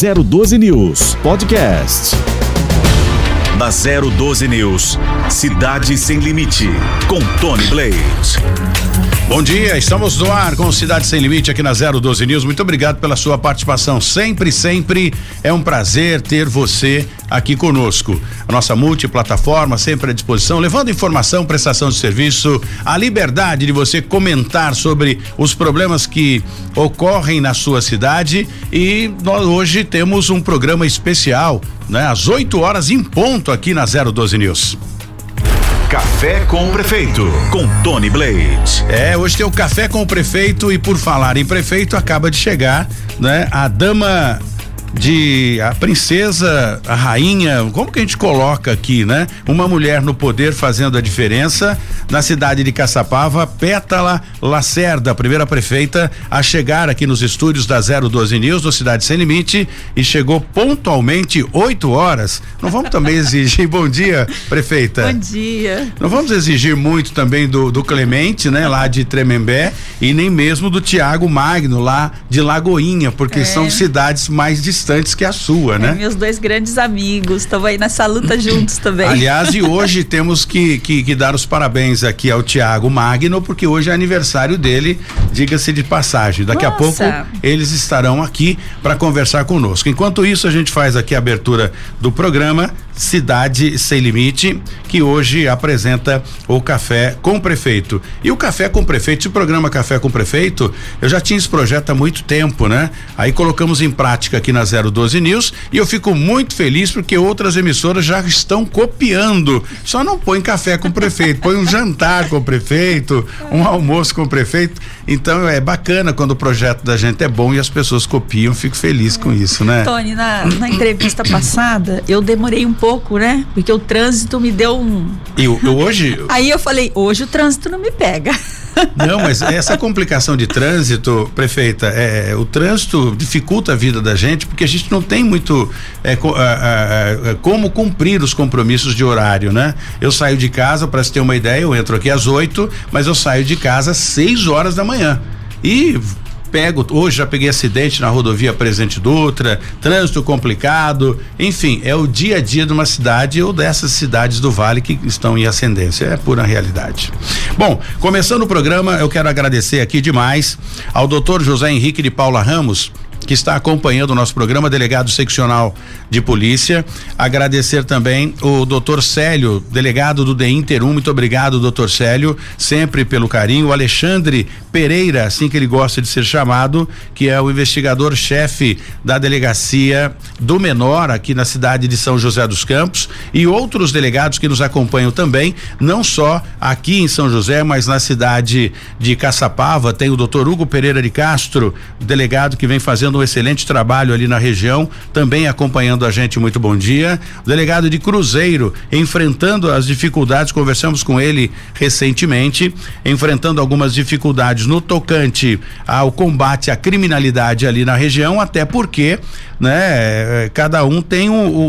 012 News Podcast. Na 012 News, Cidade Sem Limite, com Tony Blade. Bom dia, estamos no ar com Cidade Sem Limite aqui na 012 News. Muito obrigado pela sua participação. Sempre é um prazer ter você aqui conosco. A nossa multiplataforma sempre à disposição, levando informação, prestação de serviço, a liberdade de você comentar sobre os problemas que ocorrem na sua cidade. E nós hoje temos um programa especial, né? Às 8 horas em ponto aqui na 012 News. Café com o Prefeito, com Tony Blade. Hoje tem o Café com o Prefeito, e por falar em prefeito, acaba de chegar, né? A princesa, a rainha, como que a gente coloca aqui, né? Uma mulher no poder fazendo a diferença na cidade de Caçapava, Pétala Lacerda, a primeira prefeita a chegar aqui nos estúdios da 012 News, do Cidade Sem Limite, e chegou pontualmente 8 horas. Não vamos também exigir, bom dia, prefeita. Bom dia. Não vamos exigir muito também do Clemente, né? Lá de Tremembé, e nem mesmo do Tiago Magno, lá de Lagoinha, porque são cidades mais distantes que a sua, né? Meus dois grandes amigos, estamos aí nessa luta juntos também. Aliás, e hoje temos que dar os parabéns aqui ao Tiago Magno, porque hoje é aniversário dele, diga-se de passagem. Daqui a pouco eles estarão aqui para conversar conosco. Enquanto isso, a gente faz aqui a abertura do programa Cidade Sem Limite, que hoje apresenta o Café com o Prefeito. E o Café com o Prefeito, esse programa Café com o Prefeito, eu já tinha esse projeto há muito tempo, né? Aí colocamos em prática aqui na 012 News, e eu fico muito feliz porque outras emissoras já estão copiando. Só não põe café com o prefeito, põe um jantar com o prefeito, um almoço com o prefeito. Então é bacana quando o projeto da gente é bom e as pessoas copiam. Fico feliz com isso, né? Tony, na entrevista passada eu demorei um pouco, né? Porque o trânsito me deu um... Hoje... Aí eu falei, hoje o trânsito não me pega. Não, mas essa complicação de trânsito, prefeita, o trânsito dificulta a vida da gente, porque a gente não tem muito como cumprir os compromissos de horário, né? Eu saio de casa, para você ter uma ideia, eu entro aqui às 8, mas eu saio de casa às 6 horas da manhã. E hoje já peguei acidente na rodovia Presidente Dutra, trânsito complicado, enfim, é o dia a dia de uma cidade ou dessas cidades do Vale que estão em ascendência, é pura realidade. Bom, começando o programa, eu quero agradecer aqui demais ao Dr. José Henrique de Paula Ramos, que está acompanhando o nosso programa, delegado seccional de polícia. Agradecer também o doutor Célio, delegado do DEINTER 1, muito obrigado, doutor Célio, sempre pelo carinho. O Alexandre Pereira, assim que ele gosta de ser chamado, que é o investigador-chefe da delegacia do menor aqui na cidade de São José dos Campos, e outros delegados que nos acompanham também, não só aqui em São José, mas na cidade de Caçapava. Tem o doutor Hugo Pereira de Castro, delegado que vem fazendo um excelente trabalho ali na região, também acompanhando a gente. Muito bom dia. O delegado de Cruzeiro, enfrentando as dificuldades, conversamos com ele recentemente, enfrentando algumas dificuldades no tocante ao combate à criminalidade ali na região, até porque, né, cada um tem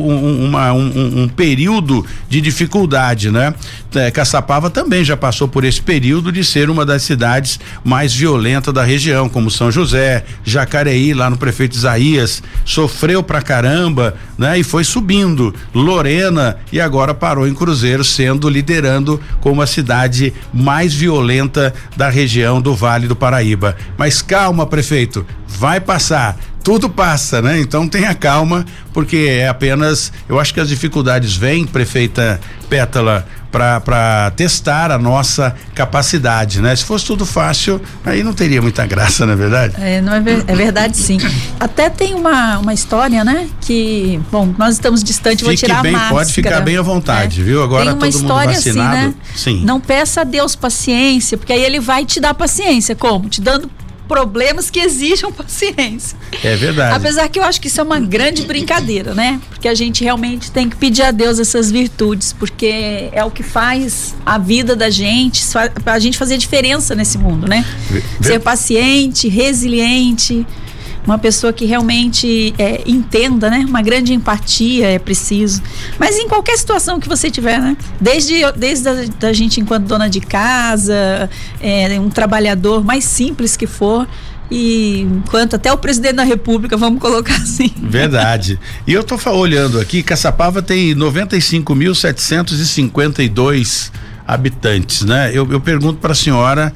um período de dificuldade, né? Caçapava também já passou por esse período de ser uma das cidades mais violentas da região, como São José, Jacareí, lá no prefeito Isaías, sofreu pra caramba, né? E foi subindo, Lorena, e agora parou em Cruzeiro, liderando como a cidade mais violenta da região do Vale do Paraíba. Mas calma, prefeito, vai passar. Tudo passa, né? Então tenha calma, porque é apenas, eu acho que as dificuldades vêm, prefeita Pétala, para testar a nossa capacidade, né? Se fosse tudo fácil, aí não teria muita graça, não é verdade? É verdade, sim. Até tem uma história, né? Que, bom, nós estamos distantes, vou tirar a máscara. Pode ficar bem à vontade, viu? Agora tem uma todo história mundo vacinado. Assim, né? Sim. Não peça a Deus paciência, porque aí ele vai te dar paciência. Como? Te dando problemas que exijam paciência. É verdade. Apesar que eu acho que isso é uma grande brincadeira, né? Porque a gente realmente tem que pedir a Deus essas virtudes, porque é o que faz a vida da gente, pra gente fazer diferença nesse mundo, né? Ser paciente, resiliente, uma pessoa que realmente entenda, né? Uma grande empatia é preciso. Mas em qualquer situação que você tiver, né? Desde a gente enquanto dona de casa, um trabalhador mais simples que for, e enquanto até o presidente da República, vamos colocar assim. Verdade. E eu tô olhando aqui, Caçapava tem 95.752 habitantes, né? Eu pergunto para a senhora,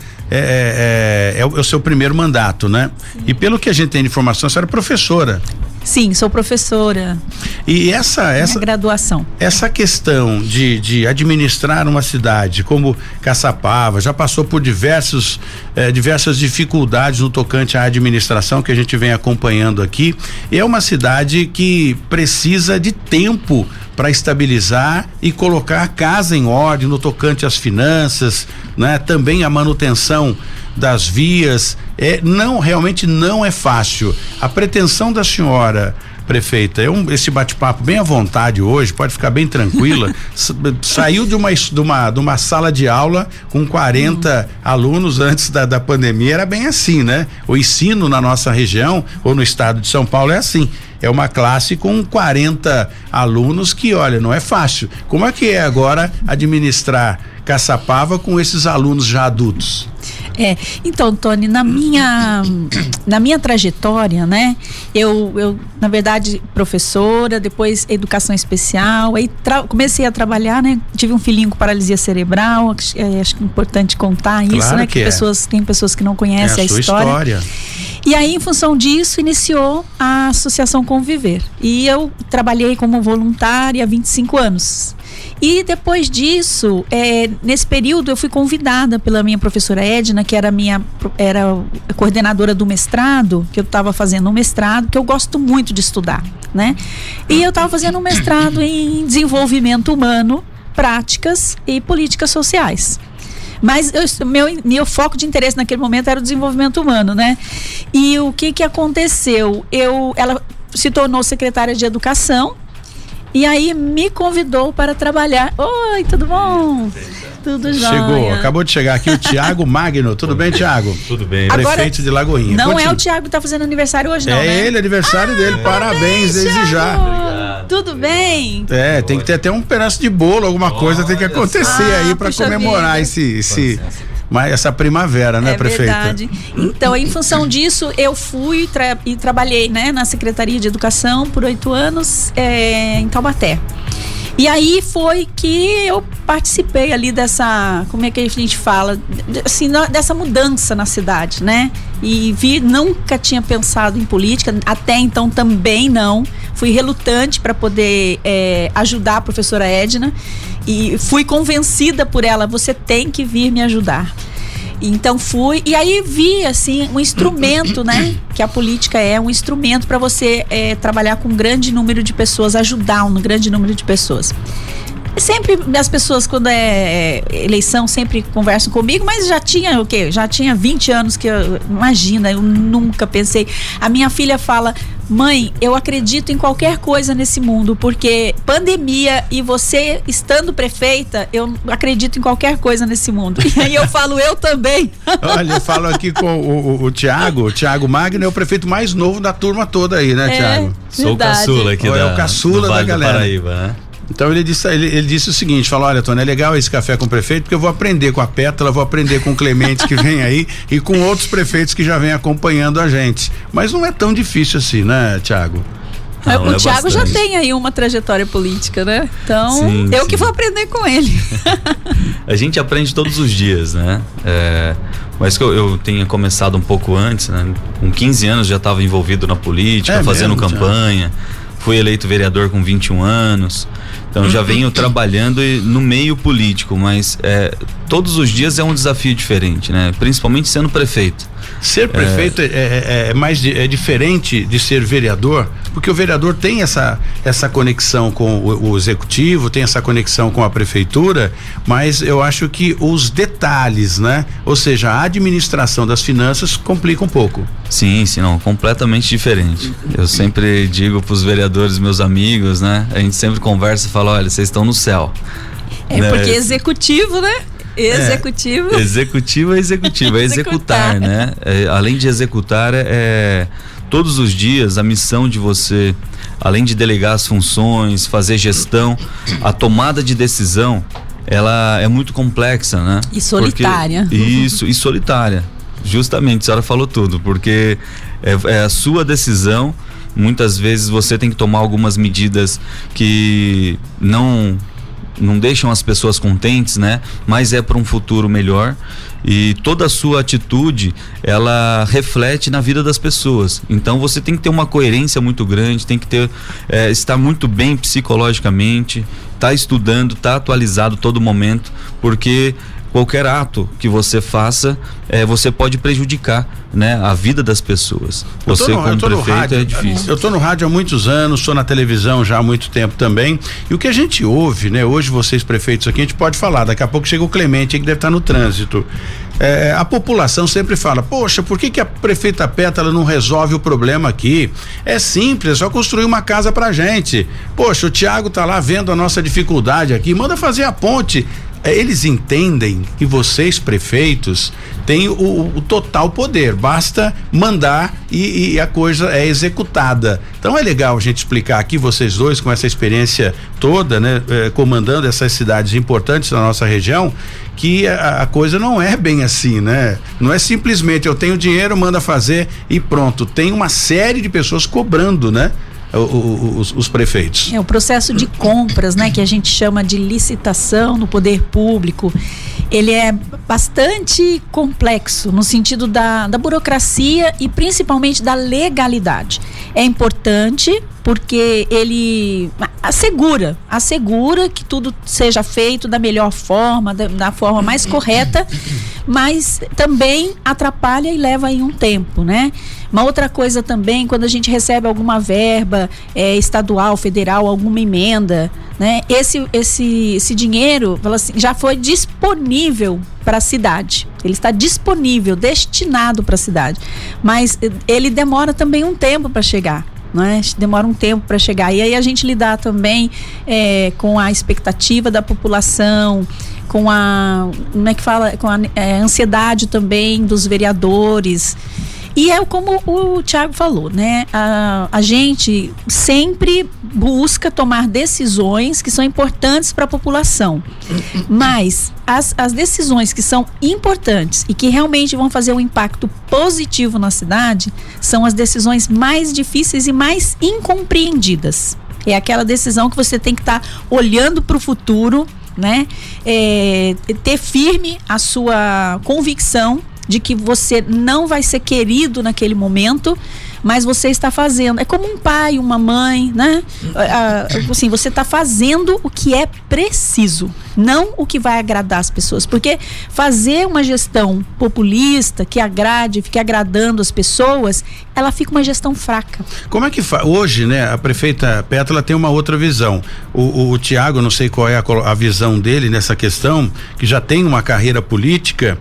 é o seu primeiro mandato, né? Sim. E pelo que a gente tem de informação, a senhora é professora. Sim, sou professora. E essa graduação. Essa questão de administrar uma cidade como Caçapava, já passou por diversas dificuldades no tocante à administração que a gente vem acompanhando aqui. É uma cidade que precisa de tempo para estabilizar e colocar a casa em ordem no tocante às finanças, né? Também a manutenção das vias, realmente não é fácil. A pretensão da senhora, prefeita, esse bate-papo bem à vontade hoje, pode ficar bem tranquila. Saiu de uma sala de aula com 40 alunos antes da pandemia, era bem assim, né? O ensino na nossa região ou no estado de São Paulo é assim. É uma classe com 40 alunos que, olha, não é fácil. Como é que é agora administrar Caçapava com esses alunos já adultos? Então, Tony, na minha trajetória, né, eu na verdade professora, depois educação especial, aí comecei a trabalhar, né, tive um filhinho com paralisia cerebral, acho que é importante contar isso, claro, né, que tem pessoas que não conhecem a história. E aí, em função disso, iniciou a Associação Conviver. E eu trabalhei como voluntária há 25 anos. E depois disso, nesse período, eu fui convidada pela minha professora Edna, que era coordenadora do mestrado, que eu estava fazendo um mestrado, que eu gosto muito de estudar, né? E eu estava fazendo um mestrado em desenvolvimento humano, práticas e políticas sociais. Mas meu foco de interesse naquele momento era o desenvolvimento humano, né? E o que aconteceu? Ela se tornou secretária de educação e aí me convidou para trabalhar. Oi, tudo bom? Tudo jóia. Acabou de chegar aqui o Tiago Magno. Tudo bem, Tiago? Tudo bem. Prefeito de Lagoinha. Não é o Tiago que está fazendo aniversário hoje, não, né? É ele, aniversário dele. Parabéns, desde já. Obrigado. Tudo bem? Tem que ter até um pedaço de bolo, alguma coisa tem que acontecer aí para comemorar essa primavera, né, prefeita? É verdade. Então, em função disso, eu fui e trabalhei, né, na Secretaria de Educação por 8 anos em Taubaté. E aí foi que eu participei ali dessa, como é que a gente fala, assim, dessa mudança na cidade, né? E nunca tinha pensado em política, até então também não. Fui relutante para poder ajudar a professora Edna e fui convencida por ela, você tem que vir me ajudar. Então fui, e aí vi assim um instrumento, né? Que a política é um instrumento para você trabalhar com um grande número de pessoas, ajudar um grande número de pessoas. Sempre as pessoas, quando é eleição, sempre conversam comigo, mas já tinha o quê? Já tinha 20 anos que imagina, eu nunca pensei. A minha filha fala: mãe, eu acredito em qualquer coisa nesse mundo, porque pandemia e você estando prefeita, eu acredito em qualquer coisa nesse mundo. E aí eu falo, eu também. Olha, eu falo aqui com o Tiago Magno, é o prefeito mais novo da turma toda aí, né, Tiago? Sou o caçula aqui é o caçula da galera. Paraíba, né? Então ele disse o seguinte, falou: olha, Tony, é legal esse café com o prefeito, porque eu vou aprender com a Pétala, vou aprender com o Clemente que vem aí e com outros prefeitos que já vem acompanhando a gente. Mas não é tão difícil assim, né, Tiago? O Tiago já tem aí uma trajetória política, né? Então, eu que vou aprender com ele. A gente aprende todos os dias, né? Mas que eu tenha começado um pouco antes, né? Com 15 anos já estava envolvido na política, fazendo campanha. Fui eleito vereador com 21 anos. Então já venho trabalhando no meio político, mas todos os dias é um desafio diferente, né? Principalmente sendo prefeito. Ser prefeito é diferente de ser vereador, porque o vereador tem essa conexão com o executivo, tem essa conexão com a prefeitura, mas eu acho que os detalhes, né? Ou seja, a administração das finanças complica um pouco. Sim, não, completamente diferente. Eu sempre digo para os vereadores, meus amigos, né? A gente sempre conversa e fala: olha, vocês estão no céu. Porque executivo, né? Executivo é executar, né? Além de executar, todos os dias a missão de você, além de delegar as funções, fazer gestão, a tomada de decisão, ela é muito complexa, né? E solitária. E solitária. justamente, a senhora falou tudo, porque é a sua decisão. Muitas vezes você tem que tomar algumas medidas que não deixam as pessoas contentes, né? Mas é para um futuro melhor, e toda a sua atitude, ela reflete na vida das pessoas. Então você tem que ter uma coerência muito grande, tem que estar muito bem psicologicamente, tá estudando, tá atualizado todo momento, porque qualquer ato que você faça, você pode prejudicar, né, a vida das pessoas. Você como prefeito é difícil. Eu estou no rádio há muitos anos, estou na televisão já há muito tempo também, e o que a gente ouve, né, hoje vocês prefeitos aqui, a gente pode falar, daqui a pouco chega o Clemente aí que deve estar no trânsito. A população sempre fala, poxa, por que a prefeita Pétala não resolve o problema aqui? É simples, é só construir uma casa pra gente. Poxa, o Thiago tá lá vendo a nossa dificuldade aqui, manda fazer a ponte. Eles entendem que vocês, prefeitos, têm o total poder, basta mandar e a coisa é executada. Então é legal a gente explicar aqui, vocês dois, com essa experiência toda, né, comandando essas cidades importantes da nossa região, que a coisa não é bem assim, né? Não é simplesmente eu tenho dinheiro, manda fazer e pronto. Tem uma série de pessoas cobrando, né? Os prefeitos. O processo de compras, né, que a gente chama de licitação no poder público, ele é bastante complexo no sentido da burocracia e principalmente da legalidade. É importante porque ele assegura que tudo seja feito da melhor forma, da forma mais correta, mas também atrapalha e leva aí um tempo, né? Uma outra coisa também, quando a gente recebe alguma verba estadual, federal, alguma emenda, né? Esse dinheiro, fala assim, já foi disponível para a cidade. Ele está disponível, destinado para a cidade. Mas ele demora também um tempo para chegar. Né? Demora um tempo para chegar. E aí a gente lidar também com a expectativa da população, com a, como é que fala, com a ansiedade também dos vereadores. E é como o Thiago falou, né? A gente sempre busca tomar decisões que são importantes para a população. Mas as decisões que são importantes e que realmente vão fazer um impacto positivo na cidade são as decisões mais difíceis e mais incompreendidas. É aquela decisão que você tem que estar olhando para o futuro, né? Ter firme a sua convicção de que você não vai ser querido naquele momento, mas você está fazendo. É como um pai, uma mãe, né? Assim, você está fazendo o que é preciso, não o que vai agradar as pessoas. Porque fazer uma gestão populista que agrade, fique agradando as pessoas, ela fica uma gestão fraca. Como é que hoje, né? A prefeita Pétala tem uma outra visão. O Thiago, não sei qual é a visão dele nessa questão, que já tem uma carreira política.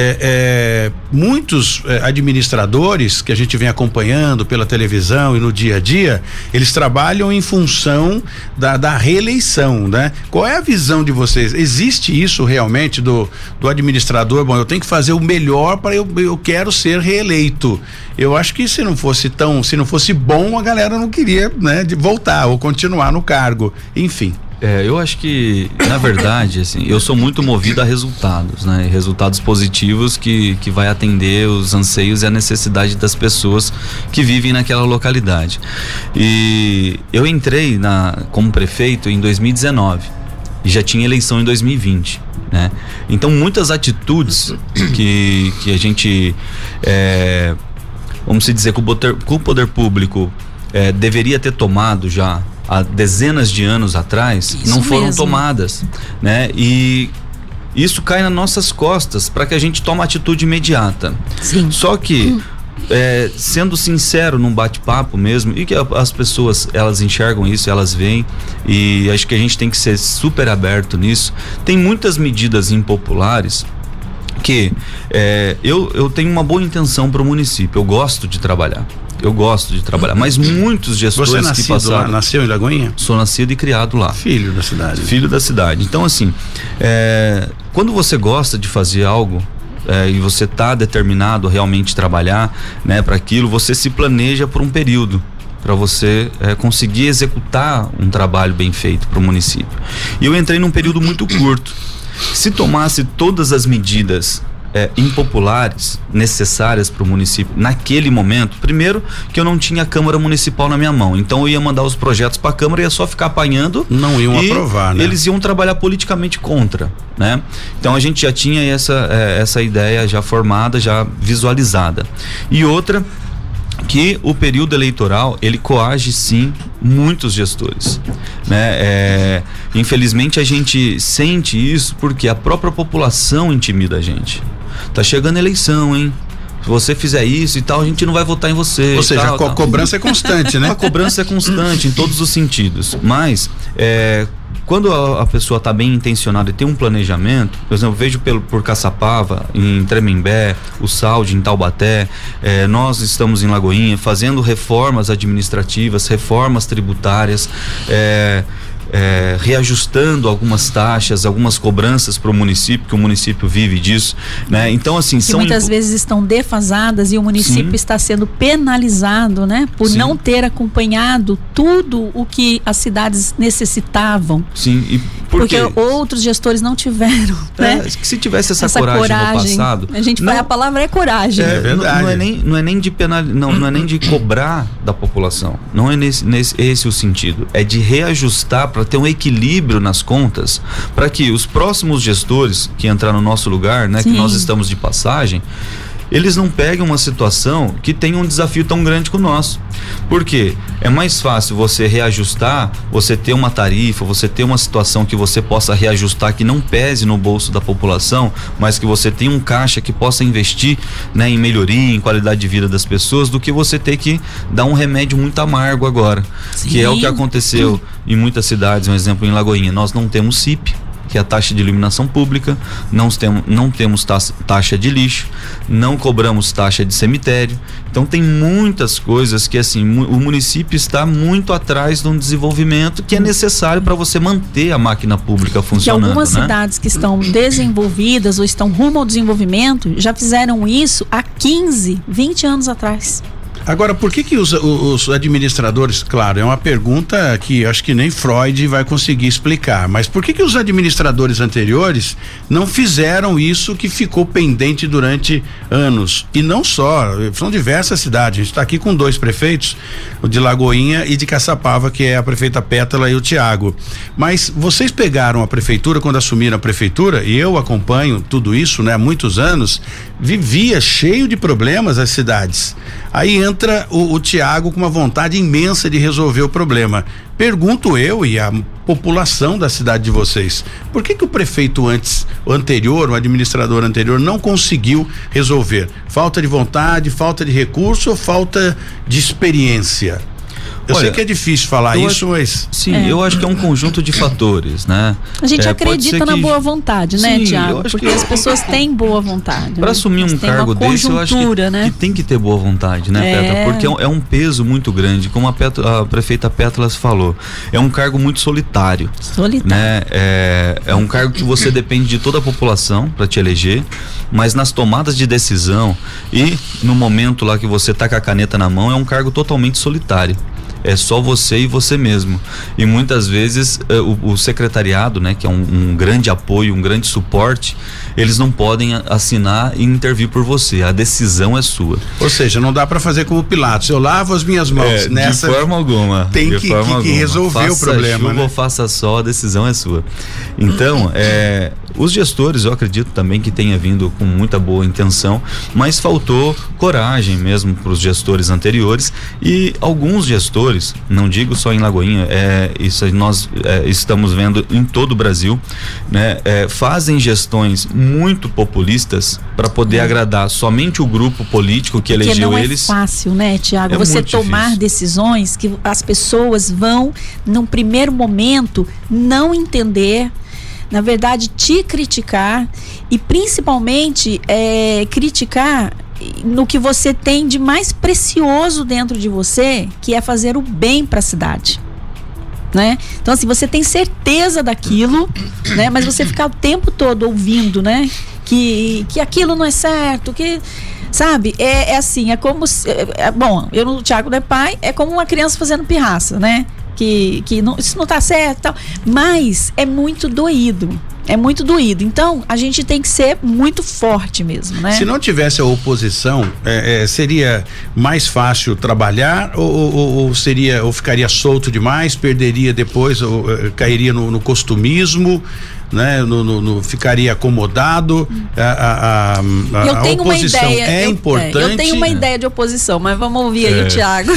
Muitos administradores que a gente vem acompanhando pela televisão e no dia a dia, eles trabalham em função da reeleição, né? Qual é a visão de vocês? Existe isso realmente do administrador? Bom, eu tenho que fazer o melhor para eu quero ser reeleito. Eu acho que se não fosse bom, a galera não queria, né, de voltar ou continuar no cargo, enfim. Eu acho que, na verdade, assim, eu sou muito movido a resultados, né? Resultados positivos que vai atender os anseios e a necessidade das pessoas que vivem naquela localidade. E eu entrei como prefeito em 2019 e já tinha eleição em 2020, né? Então, muitas atitudes que a gente, vamos dizer, que o poder público deveria ter tomado já há dezenas de anos atrás, isso não foram mesmo tomadas, né? E isso cai nas nossas costas para que a gente tome atitude imediata. Sim. Só que sendo sincero num bate-papo mesmo, e que as pessoas, elas enxergam isso, elas veem, e acho que a gente tem que ser super aberto nisso. Tem muitas medidas impopulares que eu tenho uma boa intenção para o município, eu gosto de trabalhar, mas muitos gestores que passaram... Lá, nasceu em Lagoinha? Sou nascido e criado lá. Filho da cidade. Então, assim, quando você gosta de fazer algo, e você está determinado a realmente trabalhar, né, para aquilo, você se planeja por um período para você conseguir executar um trabalho bem feito para o município. E eu entrei num período muito curto. Se tomasse todas as medidas impopulares, necessárias para o município naquele momento. Primeiro, que eu não tinha a Câmara Municipal na minha mão, então eu ia mandar os projetos para a Câmara e ia só ficar apanhando. Não iam aprovar, né? Eles iam trabalhar politicamente contra, né? Então a gente já tinha essa ideia já formada, já visualizada. E outra, que o período eleitoral, ele coage sim muitos gestores, né? Infelizmente a gente sente isso porque a própria população intimida a gente. Tá chegando a eleição, hein? Se você fizer isso e tal, a gente não vai votar em você. Ou seja, a cobrança é constante, né? A cobrança é constante em todos os sentidos, mas quando a pessoa está bem intencionada e tem um planejamento, por exemplo, eu vejo por Caçapava, em Tremembé, o Salde, em Taubaté, nós estamos em Lagoinha fazendo reformas administrativas, reformas tributárias, reajustando algumas taxas, algumas cobranças para o município, que o município vive disso, né? Então, assim, que muitas vezes estão defasadas e o município está sendo penalizado, né? Por não ter acompanhado tudo o que as cidades necessitavam. Sim, e porque outros gestores não tiveram, né? Se tivesse essa coragem no passado, a palavra é coragem. É verdade. Não é nem de não é nem de cobrar da população. Não é esse o sentido. É de reajustar para ter um equilíbrio nas contas, para que os próximos gestores que entrar no nosso lugar, né, que nós estamos de passagem, eles não peguem uma situação que tenha um desafio tão grande como o nosso. Porque é mais fácil você reajustar, você ter uma tarifa, você ter uma situação que você possa reajustar, que não pese no bolso da população, mas que você tenha um caixa que possa investir, né, em melhoria, em qualidade de vida das pessoas, do que você ter que dar um remédio muito amargo agora. Sim. Que é o que aconteceu em muitas cidades. Um exemplo, em Lagoinha, nós não temos CIP, que é a taxa de iluminação pública, não temos taxa de lixo, não cobramos taxa de cemitério. Então tem muitas coisas que, assim, o município está muito atrás de um desenvolvimento que é necessário para você manter a máquina pública funcionando. Que algumas cidades que estão desenvolvidas ou estão rumo ao desenvolvimento já fizeram isso há 15, 20 anos atrás. Agora, por que os administradores, claro, é uma pergunta que acho que nem Freud vai conseguir explicar, mas por que os administradores anteriores não fizeram isso que ficou pendente durante anos? E não só, são diversas cidades, a gente está aqui com 2 prefeitos, o de Lagoinha e de Caçapava, que é a prefeita Pétala e o Tiago. Mas vocês pegaram a prefeitura, quando assumiram a prefeitura, e eu acompanho tudo isso, né, há muitos anos, vivia cheio de problemas as cidades. Aí entra o Tiago com uma vontade imensa de resolver o problema. Pergunto eu e a população da cidade de vocês, por que o prefeito o administrador anterior não conseguiu resolver? Falta de vontade, falta de recurso ou falta de experiência? Eu sei que é difícil falar isso, mas... Sim, eu acho que é um conjunto de fatores, né? A gente acredita na boa vontade, né, Tiago? Porque as pessoas têm boa vontade. Para assumir um cargo desse, eu acho que tem que ter boa vontade, né, Pétala? Porque é um peso muito grande, como a prefeita Pétala falou. É um cargo muito solitário. Né? É um cargo que você depende de toda a população para te eleger, mas nas tomadas de decisão e no momento lá que você tá com a caneta na mão, é um cargo totalmente solitário. É só você e você mesmo. E muitas vezes o secretariado, né, que é um grande apoio, um grande suporte, eles não podem assinar e intervir por você. A decisão é sua. Ou seja, não dá para fazer como Pilatos. Eu lavo as minhas mãos. Nessa de forma alguma. Tem que resolver o problema. Faça chuva ou faça sol, a decisão é sua. Então, os gestores, eu acredito também que tenha vindo com muita boa intenção, mas faltou coragem mesmo para os gestores anteriores, e alguns gestores, não digo só em Lagoinha, isso nós estamos vendo em todo o Brasil, né? Fazem gestões muito populistas para poder agradar somente o grupo político que elegeu eles. Porque não é fácil, né, Tiago? Você tomar decisões que as pessoas vão, num primeiro momento, não entender, na verdade, te criticar, e principalmente criticar no que você tem de mais precioso dentro de você, que é fazer o bem para a cidade, né? Então, assim, você tem certeza daquilo, né? Mas você ficar o tempo todo ouvindo, né? Que aquilo não é certo, que... Sabe, assim, é como bom, o Tiago não é pai, é como uma criança fazendo pirraça, né? Que não, isso não tá certo e tal, mas é muito doído, É muito doído. Então, a gente tem que ser muito forte mesmo, né? Se não tivesse a oposição, seria mais fácil trabalhar ou ficaria solto demais, perderia depois, ou cairia no costumismo, né? Ficaria acomodado. A oposição importante. Eu tenho uma ideia de oposição, mas vamos ouvir aí o Thiago.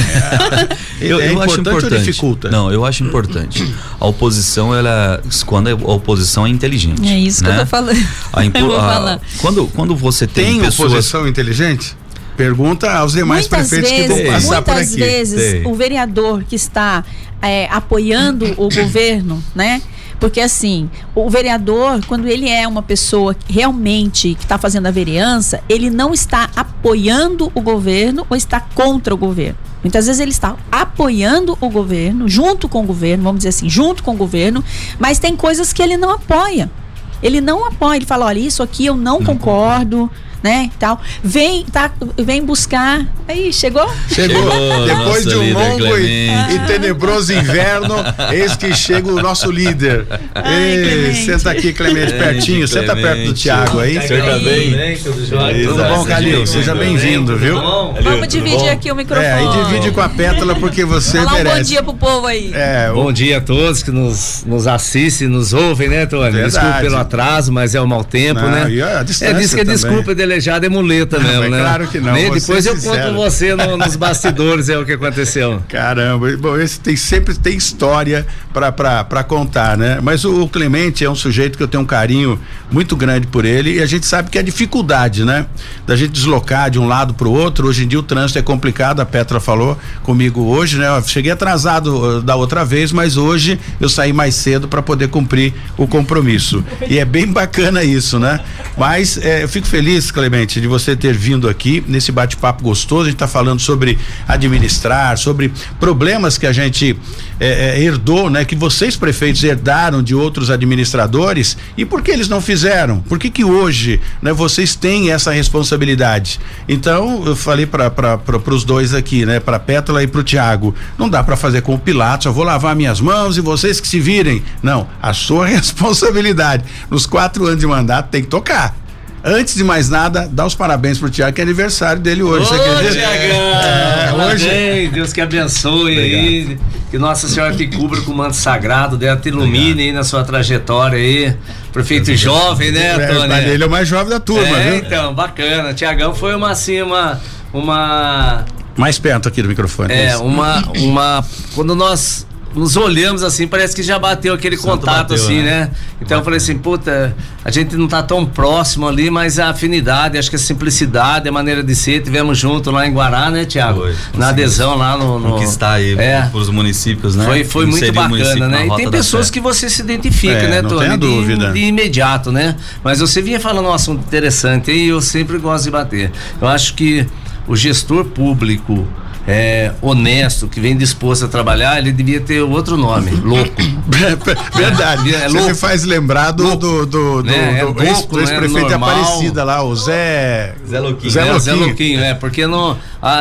Eu acho importante. Ou dificulta? Não, eu acho importante. A oposição, quando a oposição é inteligente. É isso, né? Que eu tô falando. Eu vou falar. Quando você tem pessoas... oposição inteligente? Pergunta aos demais prefeitos que vão passar por aqui. Muitas vezes o vereador que está apoiando o governo, né? Porque assim, o vereador, quando ele é uma pessoa realmente que está fazendo a vereança, ele não está apoiando o governo ou está contra o governo. Muitas vezes ele está apoiando o governo, junto com o governo, vamos dizer assim, junto com o governo, mas tem coisas que ele não apoia. Ele não apoia, ele fala, olha, isso aqui eu não concordo, né, tal. Vem buscar. Aí, chegou? Depois de um longo e tenebroso inverno, eis que chega o nosso líder. Senta aqui, Clemente, pertinho. Senta perto do Thiago aí. Você tá bem? Tudo bom, Calil? Seja bem-vindo, viu? Vamos dividir aqui o microfone. Aí divide com a Pétala, porque você merece. Um bom dia pro povo aí. Bom dia a todos que nos assistem, nos ouvem, né, Tony? Desculpa pelo atraso, mas é o mau tempo, né? Diz que desculpa delejada é muleta mesmo, né? Claro que não. Depois eu conto você nos bastidores o que aconteceu. Caramba, bom, esse sempre tem história pra contar, né? Mas o Clemente é um sujeito que eu tenho um carinho muito grande por ele, e a gente sabe que a dificuldade, né? Da gente deslocar de um lado pro outro. Hoje em dia o trânsito é complicado, a Petra falou comigo hoje, né? Eu cheguei atrasado da outra vez, mas hoje eu saí mais cedo para poder cumprir o compromisso. E é bem bacana isso, né? Mas eu fico feliz, Clemente, de você ter vindo aqui nesse bate-papo gostoso. A gente está falando sobre administrar, sobre problemas que a gente herdou, né? Que vocês, prefeitos, herdaram de outros administradores. E por que eles não fizeram? Por que hoje, né, vocês têm essa responsabilidade? Então, eu falei para os dois aqui, né? Para a Pétala e para o Thiago, não dá para fazer com o Pilatos, eu vou lavar minhas mãos e vocês que se virem. Não, a sua responsabilidade nos 4 anos de mandato tem que tocar. Antes de mais nada, dá os parabéns pro Thiago, que é aniversário dele hoje. Você acredita? Thiagão! Hoje. Deus que abençoe. Obrigado. Aí, que Nossa Senhora te cubra com o manto sagrado, dela te ilumine aí na sua trajetória aí. Prefeito jovem, né, Tony? Ele é o mais jovem da turma, viu? Então, bacana. Thiagão foi uma mais perto aqui do microfone. Quando nós nos olhamos assim, parece que já bateu aquele contato assim, né? Então eu falei assim, puta, a gente não tá tão próximo ali, mas a afinidade, acho que a simplicidade, a maneira de ser, tivemos junto lá em Guará, né, Thiago? Na adesão lá no conquistar aí pros municípios, né? Foi muito bacana, né? E tem pessoas que você se identifica, né, Tony? Não tem dúvida. De imediato, né? Mas você vinha falando um assunto interessante e eu sempre gosto de bater. Eu acho que o gestor público honesto, que vem disposto a trabalhar, ele devia ter outro nome, louco. Verdade. Você me faz lembrar do ex-prefeito de Aparecida lá, o Zé Louquinho. Zé Louquinho, porque não.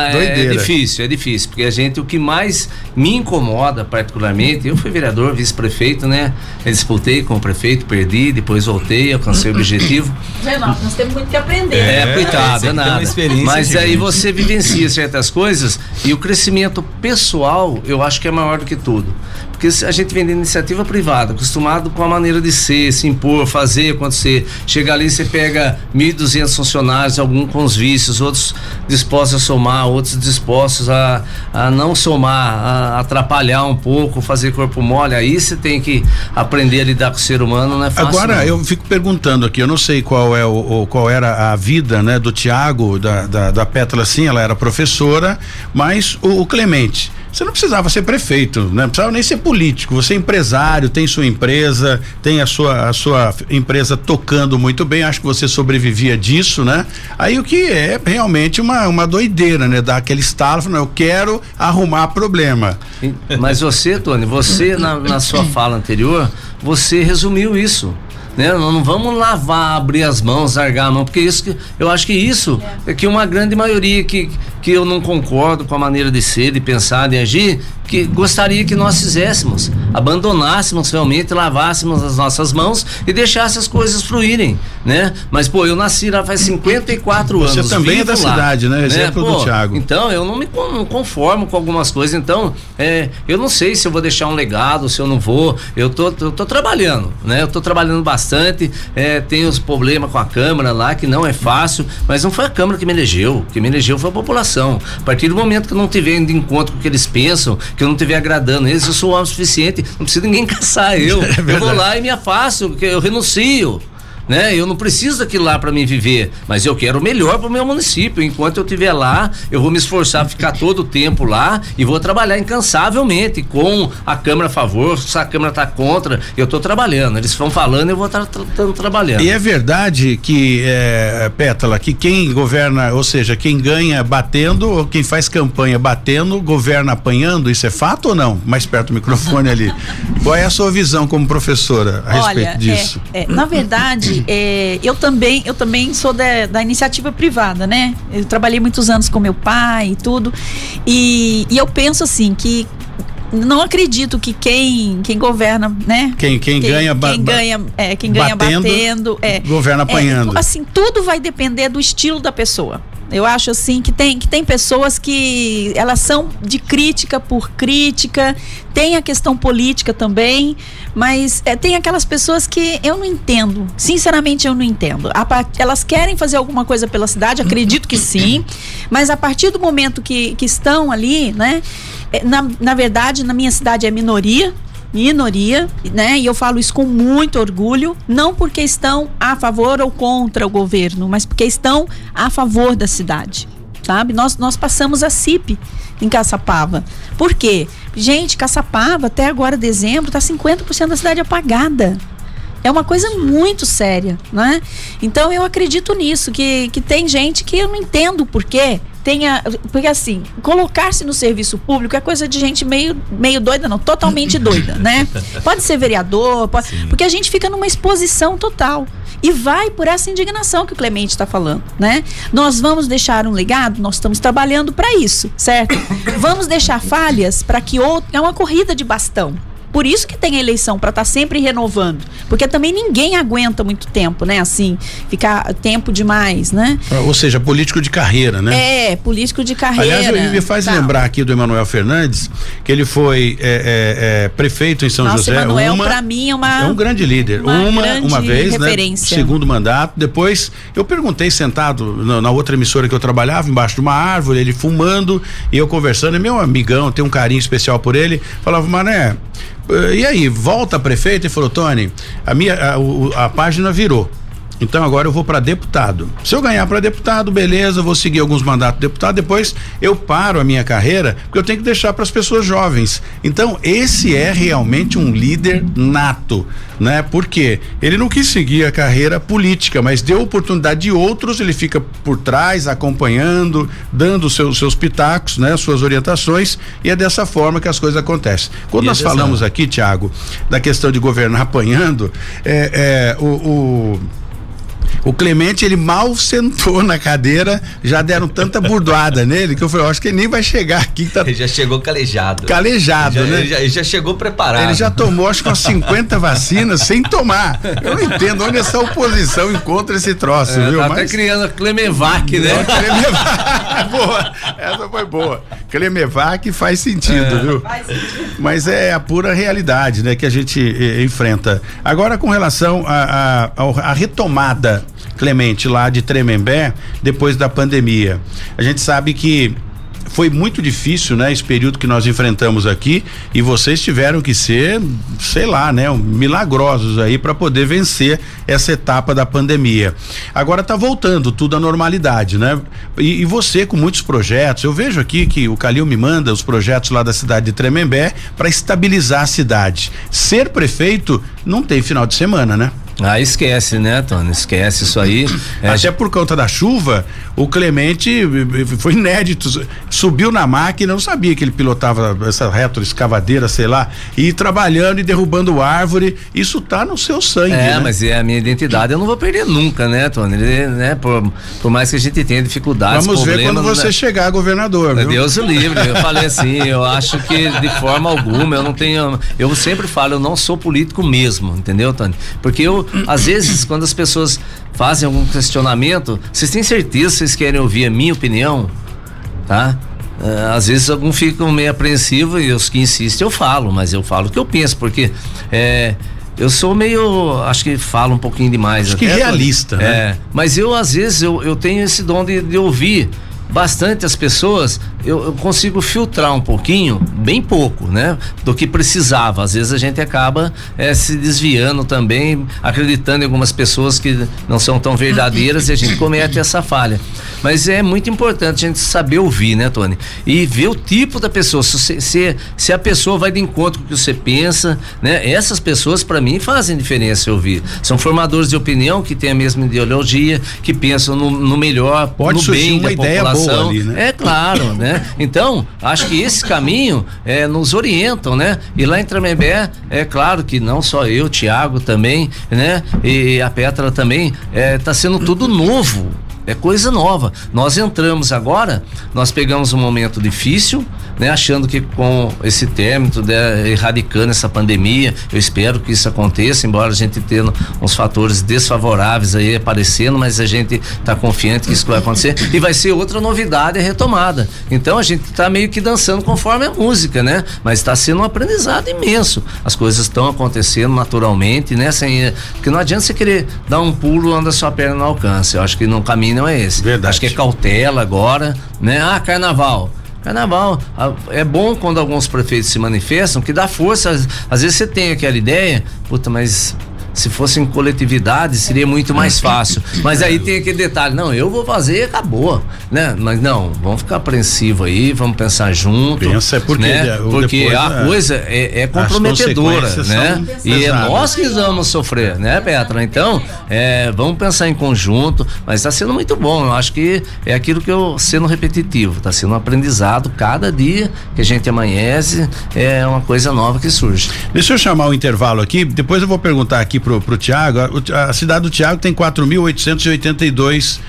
É difícil, porque o que mais me incomoda particularmente, eu fui vereador, vice-prefeito, né? Eu disputei com o prefeito, perdi, depois voltei, alcancei o objetivo. Nós temos muito que aprender. Coitado, é nada. Mas aí você vivencia certas coisas e o crescimento pessoal, eu acho que é maior do que tudo. Porque a gente vem de iniciativa privada, acostumado com a maneira de ser, se impor, fazer acontecer. Chega ali, você pega 1.200 funcionários, alguns com os vícios, outros dispostos a somar, outros dispostos a não somar, a atrapalhar um pouco, fazer corpo mole. Aí você tem que aprender a lidar com o ser humano, não é fácil. Agora, eu fico perguntando aqui, eu não sei qual era a vida, né, do Thiago, da Pétala, sim, ela era professora, mas o Clemente, você não precisava ser prefeito, né? Não precisava nem ser político, você é empresário, tem sua empresa, tem a sua empresa tocando muito bem, acho que você sobrevivia disso, né? Aí o que é realmente uma doideira, né? Dar aquele estalo, eu quero arrumar problema. Mas você, Tony, na sua fala anterior, você resumiu isso. Né? Não vamos abrir as mãos, largar a mão, porque eu acho que isso é que uma grande maioria que eu não concordo com a maneira de ser, de pensar, de agir, que gostaria que nós fizéssemos. abandonássemos realmente, lavássemos as nossas mãos e deixássemos as coisas fluírem, né? Mas, pô, eu nasci lá faz 54 anos. Você também é da cidade, né? Exemplo do Thiago. Então, eu não me conformo com algumas coisas, então, eu não sei se eu vou deixar um legado, se eu não vou, eu tô trabalhando, né? Eu tô trabalhando bastante, tenho os problemas com a Câmara lá, que não é fácil, mas não foi a Câmara que me elegeu foi a população. A partir do momento que eu não estiver indo de encontro com o que eles pensam, que eu não estiver agradando eles, eu sou homem suficiente, não precisa ninguém caçar eu. Eu vou lá e me afasto, eu renuncio. Né? Eu não preciso daquilo lá para mim viver, mas eu quero o melhor para o meu município. Enquanto eu estiver lá, eu vou me esforçar para ficar todo o tempo lá e vou trabalhar incansavelmente com a Câmara a favor. Se a Câmara está contra, eu estou trabalhando. Eles vão falando, eu vou estar trabalhando. E é verdade que, Pétala, que quem governa, ou seja, quem ganha batendo ou quem faz campanha batendo, governa apanhando, isso é fato ou não? Mais perto do microfone ali. Qual é a sua visão como professora a respeito disso? Na verdade, eu também sou da iniciativa privada, né? Eu trabalhei muitos anos com meu pai e tudo, e eu penso assim, que não acredito que quem governa, né? Quem ganha batendo, governa apanhando. Assim, tudo vai depender do estilo da pessoa. Eu acho assim que tem pessoas que elas são de crítica por crítica, tem a questão política também, mas tem aquelas pessoas que eu não entendo, sinceramente eu não entendo. Elas querem fazer alguma coisa pela cidade, acredito que sim, mas a partir do momento que estão ali, né? Na verdade, na minha cidade é minoria, né? E eu falo isso com muito orgulho, não porque estão a favor ou contra o governo, mas porque estão a favor da cidade, sabe? Nós passamos a CIP em Caçapava. Por quê? Gente, Caçapava até agora, dezembro, tá 50% da cidade apagada. É uma coisa muito séria, né? Então eu acredito nisso, que tem gente que eu não entendo por quê. Porque assim, colocar-se no serviço público é coisa de gente meio doida, não, totalmente doida, né? Pode ser vereador, porque a gente fica numa exposição total e vai por essa indignação que o Clemente está falando, né? Nós vamos deixar um legado, nós estamos trabalhando para isso, certo? Vamos deixar falhas para que é uma corrida de bastão. Por isso que tem a eleição, para estar sempre renovando. Porque também ninguém aguenta muito tempo, né? Assim, ficar tempo demais, né? Ou seja, político de carreira, né? Político de carreira. Aliás, me faz lembrar aqui do Emanuel Fernandes, que ele foi prefeito em São José. Emanuel, para mim, é um grande líder. Uma vez, referência. Né? Segundo mandato. Depois, eu perguntei sentado na outra emissora que eu trabalhava, embaixo de uma árvore, ele fumando, e eu conversando, é meu amigão, tenho um carinho especial por ele. Falava, Mané, e aí, volta a prefeito? E falou, Tony, a página virou. Então agora eu vou para deputado. Se eu ganhar para deputado, beleza, vou seguir alguns mandatos de deputado, depois eu paro a minha carreira, porque eu tenho que deixar para as pessoas jovens. Então esse é realmente um líder nato, né? Porque ele não quis seguir a carreira política, mas deu oportunidade de outros, ele fica por trás, acompanhando, dando seus pitacos, né? Suas orientações, e é dessa forma que as coisas acontecem. Quando nós falamos aqui, Thiago, da questão de governar apanhando, o Clemente, ele mal sentou na cadeira, já deram tanta burdoada nele que eu falei, acho que ele nem vai chegar aqui. Ele já chegou calejado. Né? Ele já chegou preparado. Ele já tomou, acho que umas 50 vacinas sem tomar. Eu não entendo onde essa oposição encontra esse troço, viu? Tá até criando a Clemevac, né? Boa, essa foi boa. Clemevac faz sentido, viu? Faz sentido. Mas é a pura realidade, né, que a gente enfrenta. Agora, com relação à retomada, Clemente, lá de Tremembé, depois da pandemia, a gente sabe que foi muito difícil, né? Esse período que nós enfrentamos aqui, e vocês tiveram que ser, sei lá, né? Milagrosos aí para poder vencer essa etapa da pandemia. Agora tá voltando tudo à normalidade, né? E você com muitos projetos, eu vejo aqui que o Calil me manda os projetos lá da cidade de Tremembé para estabilizar a cidade. Ser prefeito não tem final de semana, né? Esquece, né, Tony? Esquece isso aí. Até por conta da chuva, o Clemente foi inédito, subiu na máquina, não sabia que ele pilotava essa retroescavadeira, sei lá, e trabalhando e derrubando árvore, isso tá no seu sangue, né? Mas é a minha identidade, eu não vou perder nunca, né, Tony? Né? Por mais que a gente tenha dificuldades, vamos ver quando você chegar a governador, viu? Deus o livre, eu falei assim, eu acho que de forma alguma eu sempre falo, eu não sou político mesmo, entendeu, Tony? Porque às vezes, quando as pessoas fazem algum questionamento, vocês têm certeza que vocês querem ouvir a minha opinião, tá? Às vezes alguns ficam meio apreensivos e os que insistem eu falo, mas eu falo o que eu penso, porque eu sou meio, acho que falo um pouquinho demais. Acho que realista, né? Mas eu às vezes eu tenho esse dom de ouvir bastante as pessoas, eu consigo filtrar um pouquinho, bem pouco, né? Do que precisava. Às vezes a gente acaba se desviando também, acreditando em algumas pessoas que não são tão verdadeiras e a gente comete essa falha. Mas é muito importante a gente saber ouvir, né, Tony? E ver o tipo da pessoa, se a pessoa vai de encontro com o que você pensa, né? Essas pessoas, para mim, fazem diferença ouvir. São formadores de opinião que têm a mesma ideologia, que pensam no melhor, no bem da população. Ali, né? É claro, né? Então, acho que esse caminho nos orientam, né? E lá em Tremembé, é claro que não só eu, Tiago também, né? E a Petra também, tá sendo tudo novo. É coisa nova. Nós entramos agora, nós pegamos um momento difícil, né? Achando que com esse término, erradicando essa pandemia, eu espero que isso aconteça, embora a gente tenha uns fatores desfavoráveis aí aparecendo, mas a gente tá confiante que isso vai acontecer e vai ser outra novidade, a retomada. Então a gente tá meio que dançando conforme a música, né? Mas está sendo um aprendizado imenso. As coisas estão acontecendo naturalmente, né? Porque não adianta você querer dar um pulo onde a sua perna não alcança. Eu acho que no caminho não é esse. Verdade. Acho que é cautela agora, né? Carnaval, é bom quando alguns prefeitos se manifestam, que dá força. Às vezes você tem aquela ideia, mas se fosse em coletividade seria muito mais fácil, mas aí tem aquele detalhe, não, eu vou fazer e acabou, né? Mas não, vamos ficar apreensivo aí, vamos pensar junto. Porque, né? Porque a coisa é comprometedora, né? E é nós que vamos sofrer, né, Petra? Então, vamos pensar em conjunto, mas está sendo muito bom. Eu acho que é aquilo que sendo repetitivo, está sendo um aprendizado cada dia que a gente amanhece, é uma coisa nova que surge. Deixa eu chamar o intervalo aqui, depois eu vou perguntar aqui pro Tiago. A cidade do Tiago tem 4.882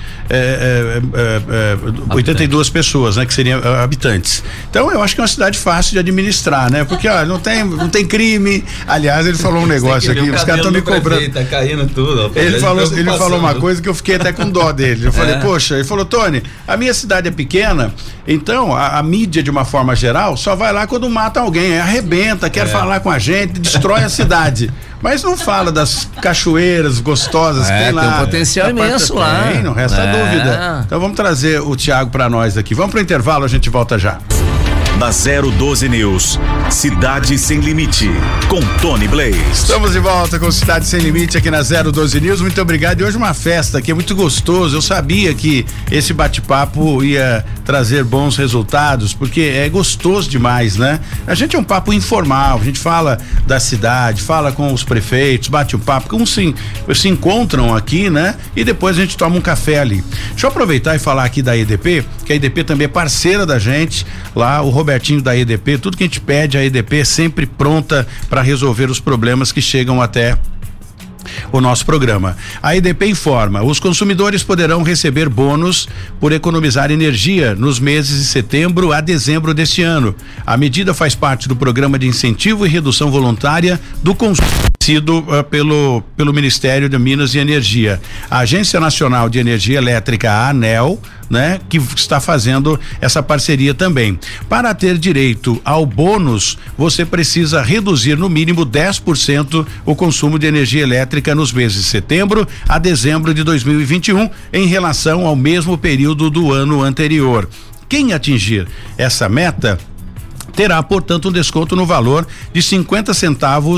82 pessoas, né, que seriam habitantes. Então eu acho que é uma cidade fácil de administrar, né? Porque não tem crime. Aliás, ele falou um negócio aqui, os caras estão me cobrando. Tá caindo tudo. Ele falou uma coisa que eu fiquei até com dó dele. Eu falei, poxa, ele falou, Tony, a minha cidade é pequena, então a mídia de uma forma geral só vai lá quando mata alguém, arrebenta, quer falar com a gente, destrói a cidade. Mas não fala das cachoeiras gostosas que tem lá. Tem um potencial imenso lá. Não resta dúvida. Então vamos trazer o Tiago para nós aqui. Vamos pro intervalo, a gente volta já. Da 012 News, Cidade Sem Limite, com Tony Blaze. Estamos de volta com Cidade Sem Limite aqui na 012 News. Muito obrigado. E hoje uma festa aqui, é muito gostoso. Eu sabia que esse bate-papo ia trazer bons resultados, porque é gostoso demais, né? A gente é um papo informal, a gente fala da cidade, fala com os prefeitos, bate um papo, como se encontram aqui, né? E depois a gente toma um café ali. Deixa eu aproveitar e falar aqui da EDP, que a EDP também é parceira da gente, lá o Robertinho da EDP, tudo que a gente pede, a EDP é sempre pronta para resolver os problemas que chegam até o nosso programa. A EDP informa: os consumidores poderão receber bônus por economizar energia nos meses de setembro a dezembro deste ano. A medida faz parte do programa de incentivo e redução voluntária do consumo pelo Ministério de Minas e Energia. A Agência Nacional de Energia Elétrica, a ANEEL, né, que está fazendo essa parceria também. Para ter direito ao bônus, você precisa reduzir no mínimo 10% o consumo de energia elétrica nos meses de setembro a dezembro de 2021 em relação ao mesmo período do ano anterior. Quem atingir essa meta terá, portanto, um desconto no valor de 50 centavos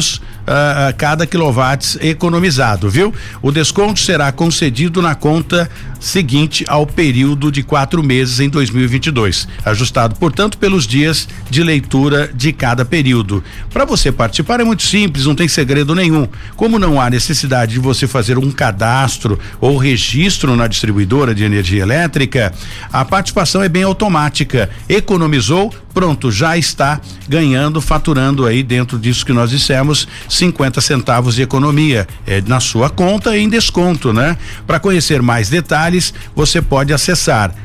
cada quilowatts economizado, viu? O desconto será concedido na conta seguinte ao período de 4 meses em 2022, ajustado, portanto, pelos dias de leitura de cada período. Para você participar é muito simples, não tem segredo nenhum. Como não há necessidade de você fazer um cadastro ou registro na distribuidora de energia elétrica, a participação é bem automática. Economizou, pronto, já está ganhando, faturando aí dentro disso que nós dissemos, 50 centavos de economia na sua conta em desconto, né? Para conhecer mais detalhes, você pode acessar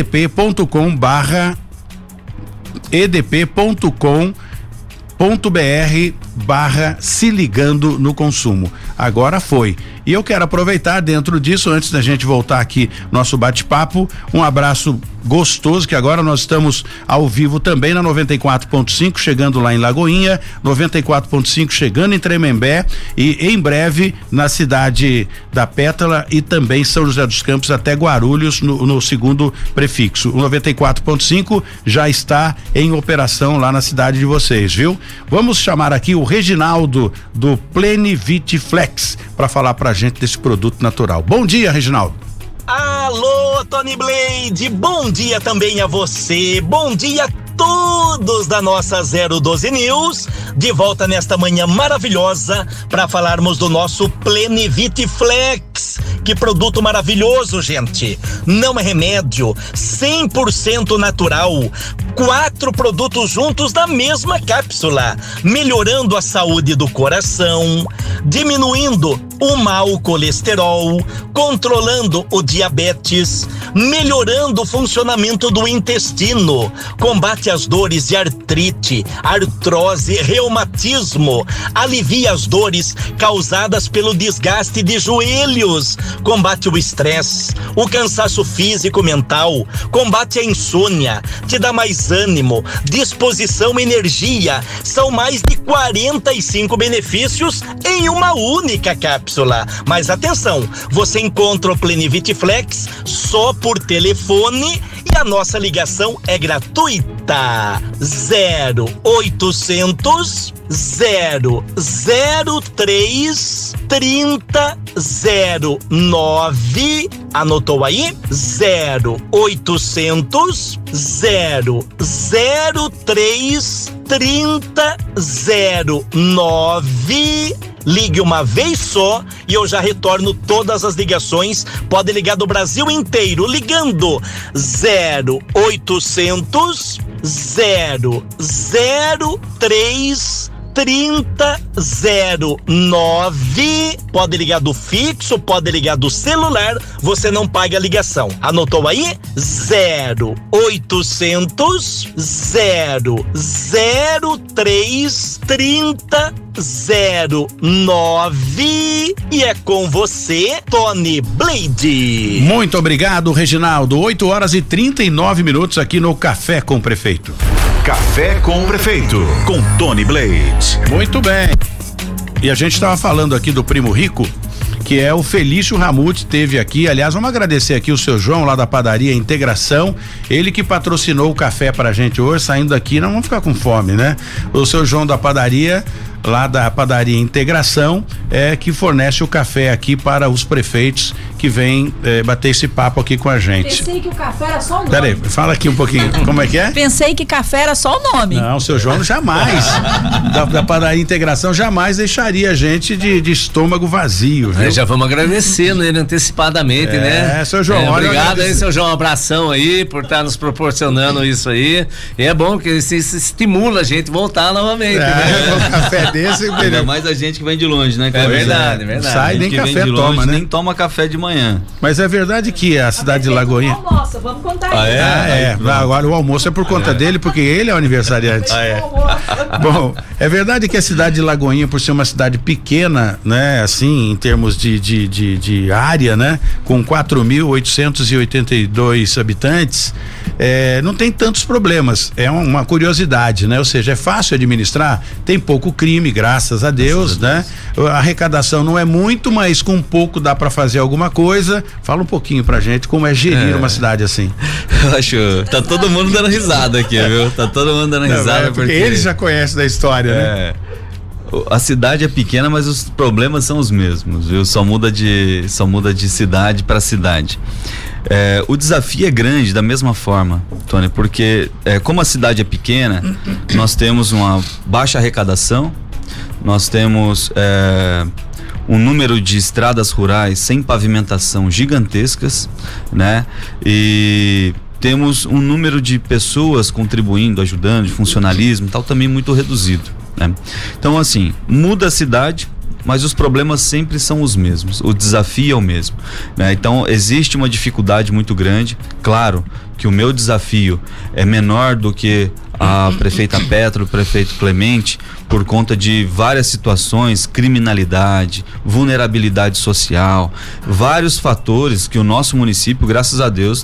edp.com/se ligando no consumo. Agora foi. E eu quero aproveitar dentro disso, antes da gente voltar aqui nosso bate-papo, um abraço gostoso, que agora nós estamos ao vivo também na 94.5, chegando lá em Lagoinha, 94.5 chegando em Tremembé e em breve na cidade da Pétala e também São José dos Campos até Guarulhos no segundo prefixo. O 94.5 já está em operação lá na cidade de vocês, viu? Vamos chamar aqui o Reginaldo do Plenivit Flex para falar pra gente desse produto natural. Bom dia, Reginaldo. Alô, Tony Blade, bom dia também a você, bom dia a todos da nossa 012 News, de volta nesta manhã maravilhosa para falarmos do nosso Plenivit Flex. Que produto maravilhoso, gente, não é remédio, 100% natural, 4 produtos juntos na mesma cápsula, melhorando a saúde do coração, diminuindo o mau colesterol, controlando o diabetes, melhorando o funcionamento do intestino, combate as dores de artrite, artrose, reumatismo, alivia as dores causadas pelo desgaste de joelhos, combate o estresse, o cansaço físico e mental, combate a insônia, te dá mais ânimo, disposição e energia. São mais de 45 benefícios em uma única cápsula. Mas atenção, você encontra o Plenivit Flex só por telefone e a nossa ligação é gratuita. 0800 003 3009. Anotou aí? 0800 003 3009. Ligue uma vez só e eu já retorno todas as ligações. Pode ligar do Brasil inteiro ligando 0800 003 3009. Pode ligar do fixo, pode ligar do celular, você não paga a ligação. Anotou aí? 0800 003 3009. E é com você, Tony Blade. Muito obrigado, Reginaldo. 8h39 aqui no Café com o Prefeito. Café com o Prefeito, com Tony Blade. Muito bem. E a gente estava falando aqui do Primo Rico, que é o Felício Ramute, teve aqui. Aliás, vamos agradecer aqui o seu João lá da padaria Integração, ele que patrocinou o café pra gente hoje. Saindo daqui, não vamos ficar com fome, né? O seu João da padaria, lá da padaria Integração, que fornece o café aqui para os prefeitos que vêm bater esse papo aqui com a gente. Pensei que o café era só o nome. Peraí, fala aqui um pouquinho, como é que é? Pensei que café era só o nome. Não, o seu João jamais, da padaria Integração, jamais deixaria a gente de estômago vazio, viu? Já vamos agradecendo ele antecipadamente, né? Seu João. Obrigado aí, seu João, um abração aí por estar nos proporcionando isso aí. E é bom que isso estimula a gente voltar novamente, né? Um café desse, ainda mais a gente que vem de longe, né? É verdade, é verdade. Sai, nem café toma, né? Nem toma café de manhã. Mas é verdade que a cidade de Lagoinha... Nossa, vamos contar isso. Agora o almoço é por conta dele, porque ele é o aniversariante. Bom, é verdade que a cidade de Lagoinha, por ser uma cidade pequena, né? Assim, em termos de área, né? Com 4.882 habitantes, não tem tantos problemas. É uma curiosidade, né? Ou seja, é fácil administrar, tem pouco crime, graças a Deus, né? A arrecadação não é muito, mas com pouco dá para fazer alguma coisa. Fala um pouquinho pra gente como é gerir uma cidade assim. Eu acho, tá todo mundo dando risada aqui, viu? Tá todo mundo dando risada porque eles já conhecem da história, né? A cidade é pequena, mas os problemas são os mesmos, viu? Só muda de cidade para cidade. O desafio é grande da mesma forma, Tony, porque como a cidade é pequena, nós temos uma baixa arrecadação, nós temos um número de estradas rurais sem pavimentação gigantescas, né? E temos um número de pessoas contribuindo, ajudando, de funcionalismo e tal, também muito reduzido, né? Então, assim, muda a cidade, mas os problemas sempre são os mesmos, o desafio é o mesmo, né? Então, existe uma dificuldade muito grande. Claro que o meu desafio é menor do que a prefeita Petra, o prefeito Clemente, por conta de várias situações, criminalidade, vulnerabilidade social, vários fatores que o nosso município, graças a Deus,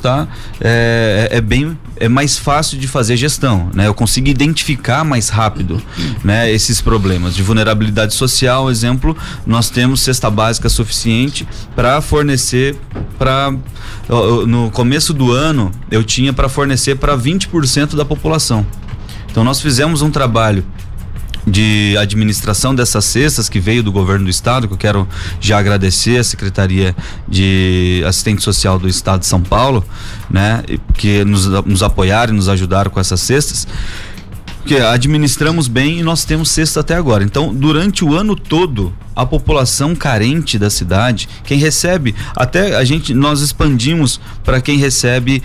é mais fácil de fazer gestão, né? Eu consigo identificar mais rápido, né, esses problemas de vulnerabilidade social. Exemplo, nós temos cesta básica suficiente para fornecer no começo do ano eu tinha para fornecer para 20% da população. Então nós fizemos um trabalho de administração dessas cestas que veio do governo do estado, que eu quero já agradecer a Secretaria de Assistente Social do Estado de São Paulo, né, que nos apoiaram e nos ajudaram com essas cestas, que administramos bem e nós temos cesta até agora. Então, durante o ano todo, a população carente da cidade, quem recebe, nós expandimos para quem recebe,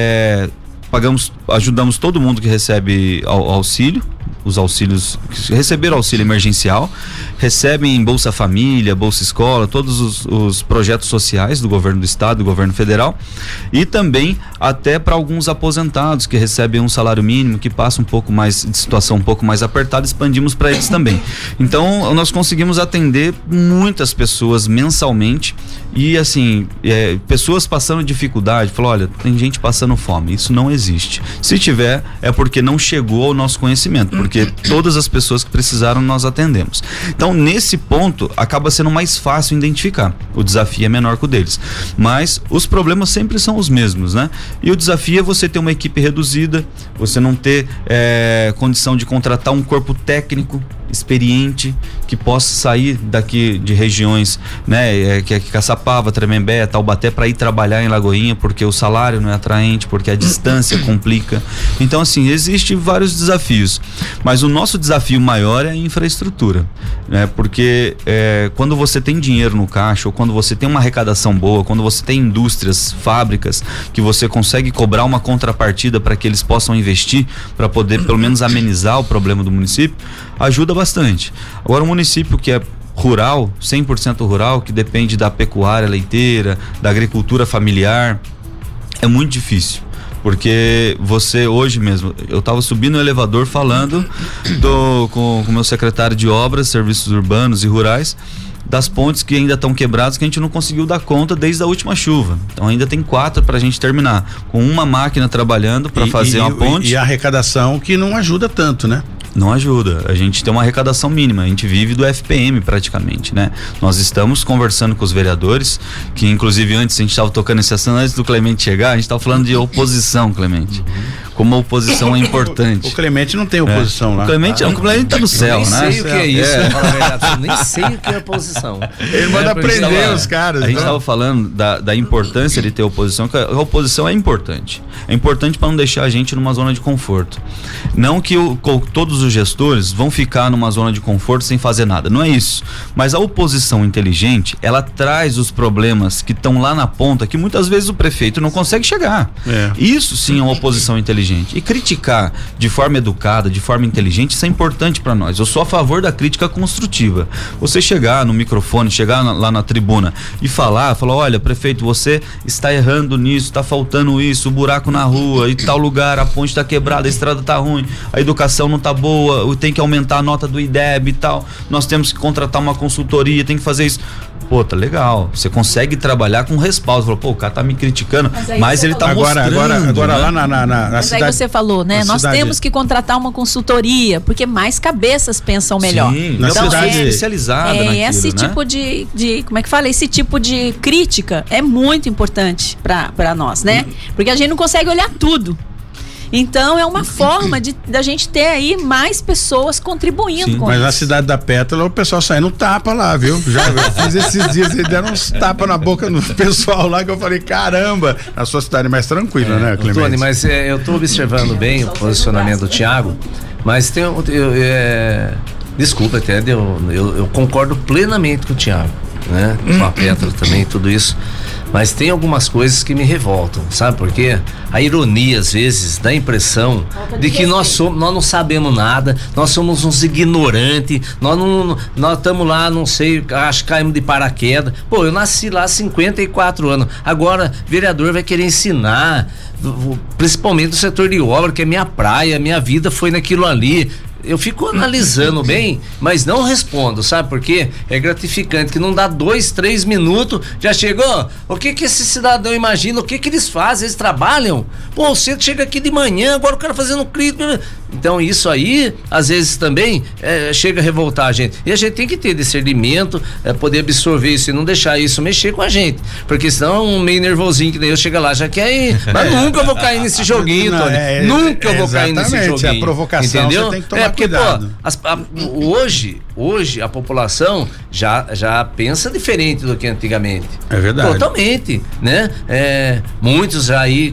ajudamos todo mundo que recebe auxílio, os auxílios, receberam auxílio emergencial, recebem em Bolsa Família, Bolsa Escola, todos os projetos sociais do governo do estado, do governo federal, e também até para alguns aposentados que recebem um salário mínimo, que passa um pouco mais de situação um pouco mais apertada, expandimos para eles também. Então nós conseguimos atender muitas pessoas mensalmente e assim, pessoas passando dificuldade, falou, olha, tem gente passando fome, isso não existe. Se tiver, é porque não chegou ao nosso conhecimento, porque todas as pessoas que precisaram nós atendemos. Então, nesse ponto, acaba sendo mais fácil identificar. O desafio é menor que o deles. Mas os problemas sempre são os mesmos, né? E o desafio é você ter uma equipe reduzida, você não ter condição de contratar um corpo técnico experiente que possa sair daqui de regiões, né, que é Caçapava, Tremembé, Taubaté, para ir trabalhar em Lagoinha, porque o salário não é atraente, porque a distância complica. Então, assim, existem vários desafios, mas o nosso desafio maior é a infraestrutura, né? Porque quando você tem dinheiro no caixa, ou quando você tem uma arrecadação boa, quando você tem indústrias, fábricas, que você consegue cobrar uma contrapartida para que eles possam investir, para poder pelo menos amenizar o problema do município, ajuda bastante. Agora, um município que é rural, 100% rural, que depende da pecuária leiteira, da agricultura familiar, é muito difícil. Porque você, hoje mesmo, eu estava subindo no elevador falando com o meu secretário de obras, serviços urbanos e rurais, das pontes que ainda estão quebradas, que a gente não conseguiu dar conta desde a última chuva. Então ainda tem 4 para a gente terminar, com uma máquina trabalhando para fazer uma ponte. E a arrecadação que não ajuda tanto, né? Não ajuda, a gente tem uma arrecadação mínima, a gente vive do FPM praticamente, né? Nós estamos conversando com os vereadores, que inclusive antes a gente estava tocando esse assunto, antes do Clemente chegar, a gente estava falando de oposição, Clemente. Como a oposição é importante. O Clemente não tem oposição lá. O Clemente tá no céu, né? Nem sei o que é isso, eu nem sei o que é oposição. Ele manda prender os caras. A gente estava falando da importância de ter oposição, que a oposição é importante. É importante para não deixar a gente numa zona de conforto. Não que todos os gestores vão ficar numa zona de conforto sem fazer nada, não é isso. Mas a oposição inteligente, ela traz os problemas que estão lá na ponta, que muitas vezes o prefeito não consegue chegar. Isso sim é uma oposição inteligente. E criticar de forma educada, de forma inteligente, isso é importante para nós. Eu sou a favor da crítica construtiva. Você chegar no microfone, chegar lá na tribuna e falar, olha, prefeito, você está errando nisso, está faltando isso, o buraco na rua, e tal lugar, a ponte está quebrada, a estrada está ruim, a educação não está boa, tem que aumentar a nota do IDEB e tal, nós temos que contratar uma consultoria, tem que fazer isso. Pô, tá legal, você consegue trabalhar com respaldo. Falou, pô, o cara tá me criticando, mas ele tá mostrando. Agora lá na mas cidade, aí você falou, né? Nós temos que contratar uma consultoria, porque mais cabeças pensam melhor. Sim, na cidade especializada naquilo, esse né? tipo de como é que fala? Esse tipo de crítica é muito importante para nós, né? Porque a gente não consegue olhar tudo. Então é uma forma da gente ter aí mais pessoas contribuindo. Sim, com mas isso. na cidade da Pétala o pessoal sai no tapa lá, viu? Já eu fiz esses dias, eles deram uns tapas na boca no pessoal lá que eu falei, caramba, a sua cidade é mais tranquila, né, Clemente? Tony, mas eu tô observando bem o posicionamento do Thiago, mas tem desculpa até, eu concordo plenamente com o Thiago, né? Com a Pétala também, tudo isso. Mas tem algumas coisas que me revoltam, sabe por quê? A ironia, às vezes, dá a impressão de que nós não sabemos nada, nós somos uns ignorantes, nós estamos lá, não sei, acho que caímos de paraquedas. Pô, eu nasci lá há 54 anos, agora vereador vai querer ensinar, principalmente no setor de obra, que é minha praia, minha vida foi naquilo ali. Eu fico analisando bem, mas não respondo, sabe por quê? É gratificante que não dá 2, 3 minutos, já chegou. O que esse cidadão imagina? O que eles fazem? Eles trabalham? Pô, você chega aqui de manhã, agora o cara fazendo crítico. Então isso aí, às vezes também chega a revoltar a gente. E a gente tem que ter discernimento, poder absorver isso e não deixar isso mexer com a gente. Porque senão um meio nervosinho que daí eu chego lá, já quer ir. Mas nunca eu vou cair nesse joguinho, Tony. Nunca eu vou cair nesse joguinho. A provocação, entendeu? Você tem que tomar cuidado. Hoje a população já pensa diferente do que antigamente. É verdade. Totalmente, né? Muitos já aí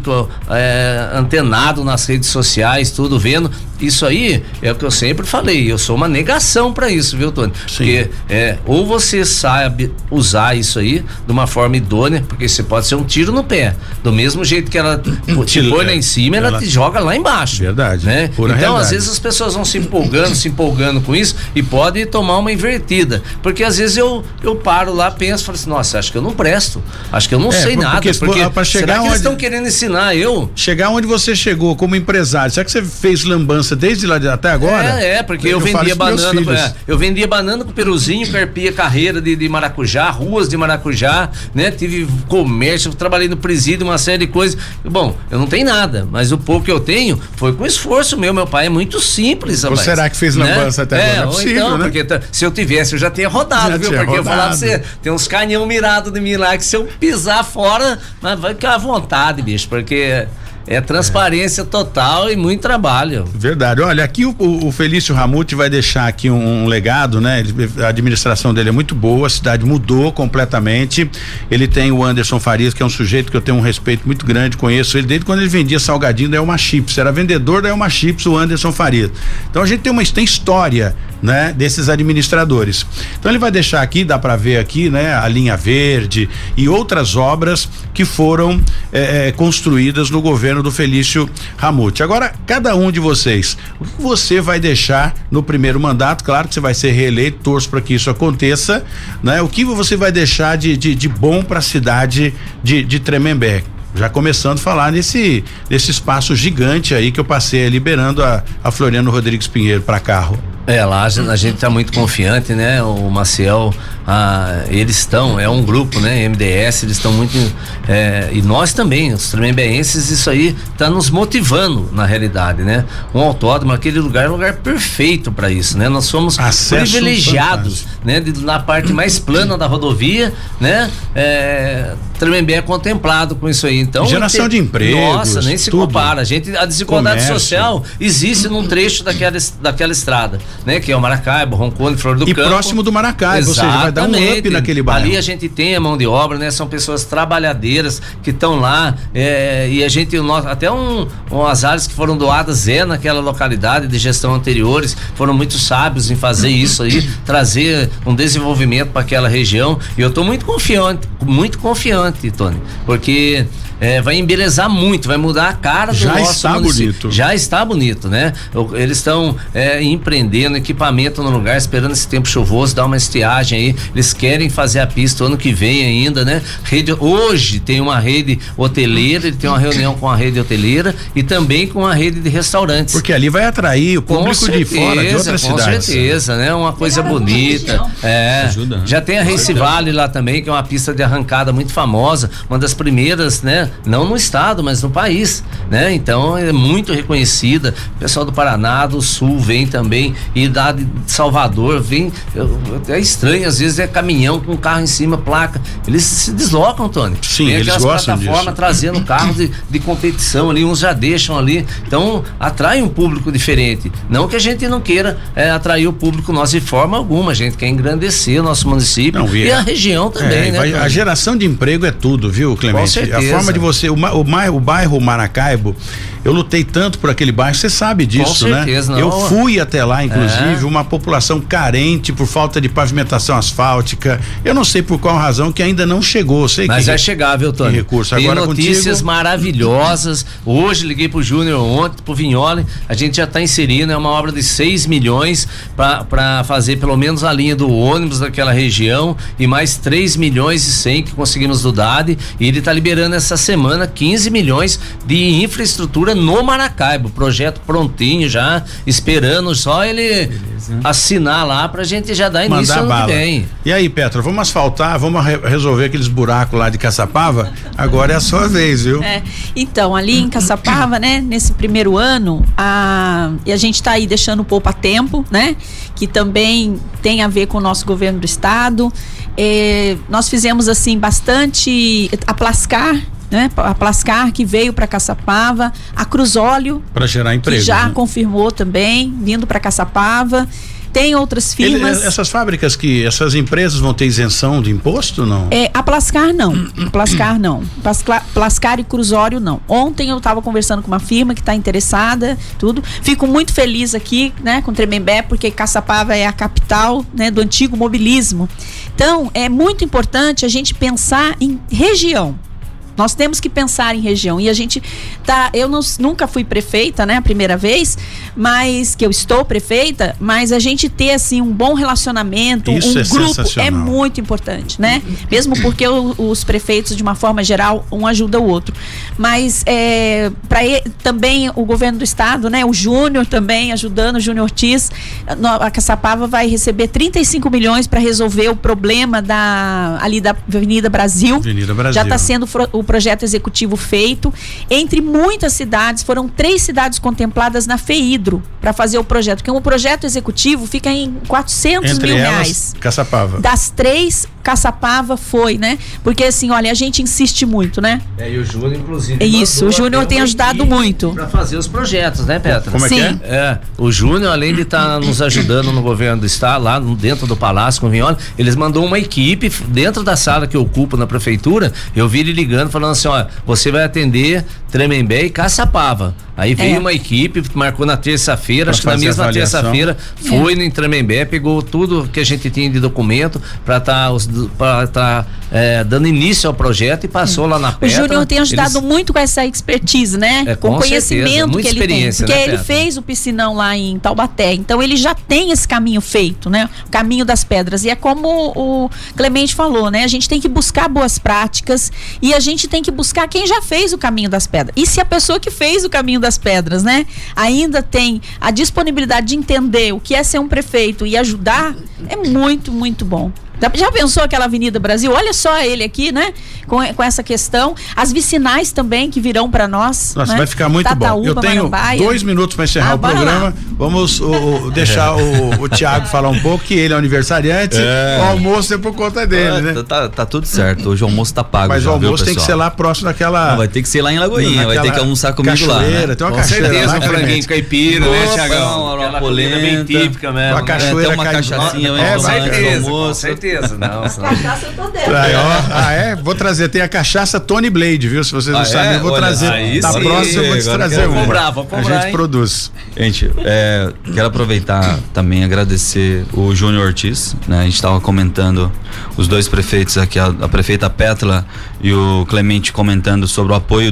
antenados nas redes sociais, tudo vendo. Isso aí é o que eu sempre falei, eu sou uma negação pra isso, viu, Tony? Sim. Porque ou você sabe usar isso aí de uma forma idônea, porque você pode ser um tiro no pé, do mesmo jeito que ela te põe lá em cima, ela te joga lá embaixo. Verdade. Né? Então, realidade. Às vezes as pessoas vão se empolgando com isso e pode tomar uma invertida, porque às vezes eu paro lá, penso, falo assim, nossa, acho que eu não presto, acho que eu não sei nada, porque pra chegar será que eles estão querendo ensinar eu? Chegar onde você chegou como empresário, será que você fez lambança desde lá até agora? Porque eu vendia banana, eu vendia banana com peruzinho, carpia carreira de maracujá, ruas de maracujá, né? Tive comércio, trabalhei no presídio, uma série de coisas. Bom, eu não tenho nada, mas o pouco que eu tenho foi com esforço meu pai é muito simples, rapaz. Ou será que fez lambança até agora? Não é possível, então, né? Porque se eu tivesse, eu já tinha rodado, viu? Porque eu falava pra você, tem uns canhão mirado de mim lá, que se eu pisar fora, vai ficar à vontade, bicho, porque é transparência total e muito trabalho. Verdade. Olha, aqui o Felício Ramute vai deixar aqui um legado, né? A administração dele é muito boa, a cidade mudou completamente. Ele tem o Anderson Farias, que é um sujeito que eu tenho um respeito muito grande, conheço ele desde quando ele vendia salgadinho da Elma Chips, era vendedor da Elma Chips, o Anderson Farias. Então a gente tem história, né? Desses administradores. Então ele vai deixar aqui, dá para ver aqui, né? A linha verde e outras obras que foram construídas no governo do Felício Ramute. Agora, cada um de vocês, o que você vai deixar no primeiro mandato? Claro que você vai ser reeleito, torço para que isso aconteça, né? O que você vai deixar de bom para a cidade de Tremembé? Já começando a falar nesse espaço gigante aí que eu passei liberando a Floriano Rodrigues Pinheiro para carro. Lá a gente tá muito confiante, né? O Maciel, eles estão, é um grupo, né? MDS, eles estão muito, e nós também, os tremembeenses, isso aí tá nos motivando na realidade, né? Um autódromo, aquele lugar é um lugar perfeito para isso, né? Nós somos privilegiados, né? Na parte mais plana da rodovia, né? Tremembé é contemplado com isso aí, então geração de empregos, nossa, nem se compara, a desigualdade social existe num trecho daquela estrada, né? Que é o Maracaibo, Roncone, Flor do Campo. E próximo do Maracaibo, ou seja, vai dar um up naquele bairro. Ali a gente tem a mão de obra, né? São pessoas trabalhadeiras que estão lá, e a gente, até umas áreas que foram doadas naquela localidade de gestão anteriores, foram muito sábios em fazer isso aí, trazer um desenvolvimento para aquela região, e eu estou muito confiante, Tony, porque vai embelezar muito, vai mudar a cara do nosso município. Já está bonito, né? Eles estão empreendendo equipamento no lugar, esperando esse tempo chuvoso, dar uma estiagem aí. Eles querem fazer a pista ano que vem ainda, né? Hoje tem uma rede hoteleira, ele tem uma reunião com a rede hoteleira e também com a rede de restaurantes. Porque ali vai atrair o público de fora, de outras cidades. Com certeza, né? Uma coisa bonita. Ajuda, né? Já tem a Race Valley lá também, que é uma pista de arrancada muito famosa, uma das primeiras, né? Não no estado, mas no país, né? Então é muito reconhecida. O pessoal do Paraná, do Sul vem também e da de Salvador, vem, é estranho, às vezes é caminhão com carro em cima, placa, eles se deslocam, Tony. Sim, eles gostam disso. Plataforma trazendo carros de competição ali, uns já deixam ali, então atrai um público diferente, não que a gente não queira atrair o público nosso de forma alguma, a gente quer engrandecer o nosso município e a região também, né? A geração de emprego é tudo, viu, Clemente? Com certeza. A forma de você, o bairro Maracaibo, eu lutei tanto por aquele bairro, você sabe disso, né? Com certeza, não. Eu fui até lá, inclusive, uma população carente por falta de pavimentação asfáltica, eu não sei por qual razão que ainda não chegou, sei mas que vai chegar, viu, Tony? Recurso. Tem agora notícias contigo... maravilhosas, hoje liguei pro Júnior ontem, pro Vignoli, a gente já tá inserindo, é uma obra de 6 milhões para fazer pelo menos a linha do ônibus daquela região e mais 3 milhões e 100 que conseguimos do DAD, e ele tá liberando essa semana 15 milhões de infraestrutura no Maracaibo, projeto prontinho já, esperando só ele assinar lá pra gente já dar início ano que vem. E aí, Petra, vamos asfaltar, vamos resolver aqueles buracos lá de Caçapava? Agora é a sua vez, viu? Então, ali em Caçapava, né, nesse primeiro ano, e a gente tá aí deixando o Poupa Tempo, né, que também tem a ver com o nosso governo do estado. Nós fizemos assim bastante a Plascar, né? A Plascar que veio para Caçapava, a Cruzóleo para gerar emprego, que já né? confirmou também vindo para Caçapava. Tem outras firmas. Essas fábricas essas empresas vão ter isenção de imposto, não? A Plascar não. Plascar não. Plascar e Cruzóleo não. Ontem eu estava conversando com uma firma que está interessada, tudo. Fico muito feliz aqui, né, com Tremembé, porque Caçapava é a capital, né, do antigo mobilismo. Então, é muito importante a gente pensar em região. Nós temos que pensar em região e a gente eu nunca fui prefeita, né, a primeira vez, mas que eu estou prefeita, mas a gente ter assim um bom relacionamento, isso um grupo é muito importante, né? Mesmo porque os prefeitos de uma forma geral um ajuda o outro, mas também o governo do estado, né, o Júnior também ajudando, o Júnior Ortiz, a Caçapava vai receber 35 milhões para resolver o problema ali da Avenida Brasil. Já está sendo o projeto executivo feito, entre muitas cidades, foram 3 cidades contempladas na FEIDRO para fazer o projeto, porque o projeto executivo fica em 400 mil reais. Caçapava. Das 3, Caçapava foi, né? Porque assim, olha, a gente insiste muito, né? E o Júnior, inclusive. Isso, o Júnior tem ajudado muito. Para fazer os projetos, né, Petra? Como é Sim. que é? O Júnior, além de estar nos ajudando no governo do estado, lá dentro do Palácio com o Vignoli, eles mandou uma equipe dentro da sala que eu ocupo na prefeitura, eu vi ele ligando, falando assim, ó, você vai atender Tremembé e Caçapava. Aí veio uma equipe, marcou na terça-feira, acho que na mesma terça-feira, foi no Tremembé, pegou tudo que a gente tinha de documento para tá dando início ao projeto e passou lá na Petra. O Júnior tem ajudado muito com essa expertise, né? Com o conhecimento que ele tem. Porque ele fez o piscinão lá em Taubaté, então ele já tem esse caminho feito, né? O caminho das pedras. E é como o Clemente falou, né? A gente tem que buscar boas práticas e a gente tem que buscar quem já fez o caminho das pedras. E se a pessoa que fez o caminho das pedras, né, ainda tem a disponibilidade de entender o que é ser um prefeito e ajudar, é muito, muito bom. Já pensou aquela Avenida Brasil? Olha só ele aqui, né? Com essa questão. As vicinais também que virão para nós. Nossa, né? vai ficar muito Tataúba, bom. Eu tenho Marambaia. 2 minutos para encerrar o programa. Lá. Vamos deixar o Thiago falar um pouco, que ele é aniversariante. O almoço é por conta dele, né? Tá tudo certo. Hoje o almoço tá pago. Mas já, o almoço tem que ser lá próximo daquela. Não, vai ter que ser lá em Lagoinha. Vai ter que almoçar comigo lá. Né? Tem uma cachoeira lá, um franguinho caipira, né, Tiagão? Uma polenta bem típica mesmo. Uma cachoeira, tem uma cachaçinha. Com certeza. Cachaça eu tô dentro. Vou trazer, tem a cachaça Tony Blade, viu? Se vocês não sabem, eu vou trazer. Tá próximo, eu vou te trazer uma. Vou comprar, a gente produz. Gente, quero aproveitar também, agradecer o Júnior Ortiz, né? A gente estava comentando, os 2 prefeitos aqui, a prefeita Pétala e o Clemente comentando sobre o apoio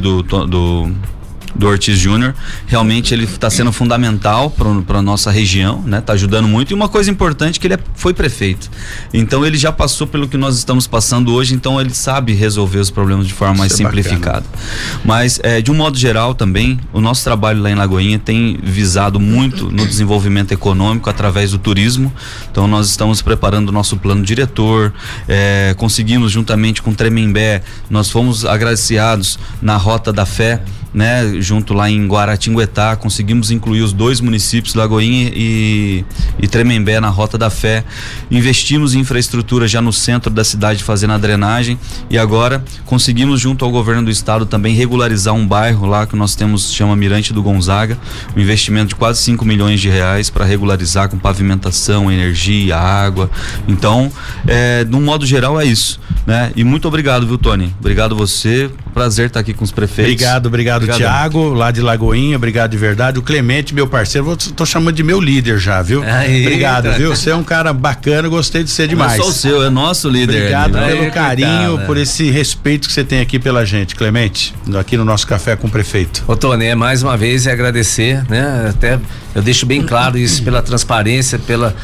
do Ortiz Júnior. Realmente ele está sendo fundamental para a nossa região, né? Tá ajudando muito, e uma coisa importante que ele foi prefeito, então ele já passou pelo que nós estamos passando hoje, então ele sabe resolver os problemas de forma mais simplificada. Mas de um modo geral também, o nosso trabalho lá em Lagoinha tem visado muito no desenvolvimento econômico através do turismo. Então nós estamos preparando o nosso plano diretor, conseguimos juntamente com Tremembé, nós fomos agraciados na Rota da Fé, né, junto lá em Guaratinguetá, conseguimos incluir os 2 municípios, Lagoinha e Tremembé, na Rota da Fé. Investimos em infraestrutura já no centro da cidade, fazendo a drenagem, e agora conseguimos, junto ao governo do estado, também regularizar um bairro lá que nós temos, chama Mirante do Gonzaga, um investimento de quase 5 milhões de reais para regularizar, com pavimentação, energia, água. Então, de um modo geral, é isso, né? E muito obrigado, viu, Tony? Obrigado você, prazer estar aqui com os prefeitos. Obrigado, Tiago, lá de Lagoinha, obrigado de verdade. O Clemente, meu parceiro, tô chamando de meu líder já, viu? Aí, obrigado, viu? Você é um cara bacana, gostei de ser demais. Eu sou o seu, é nosso líder. Obrigado pelo carinho, por esse respeito que você tem aqui pela gente, Clemente, aqui no nosso Café com o Prefeito. Ô, Tony, mais uma vez agradecer, né? Até eu deixo bem claro isso, pela transparência,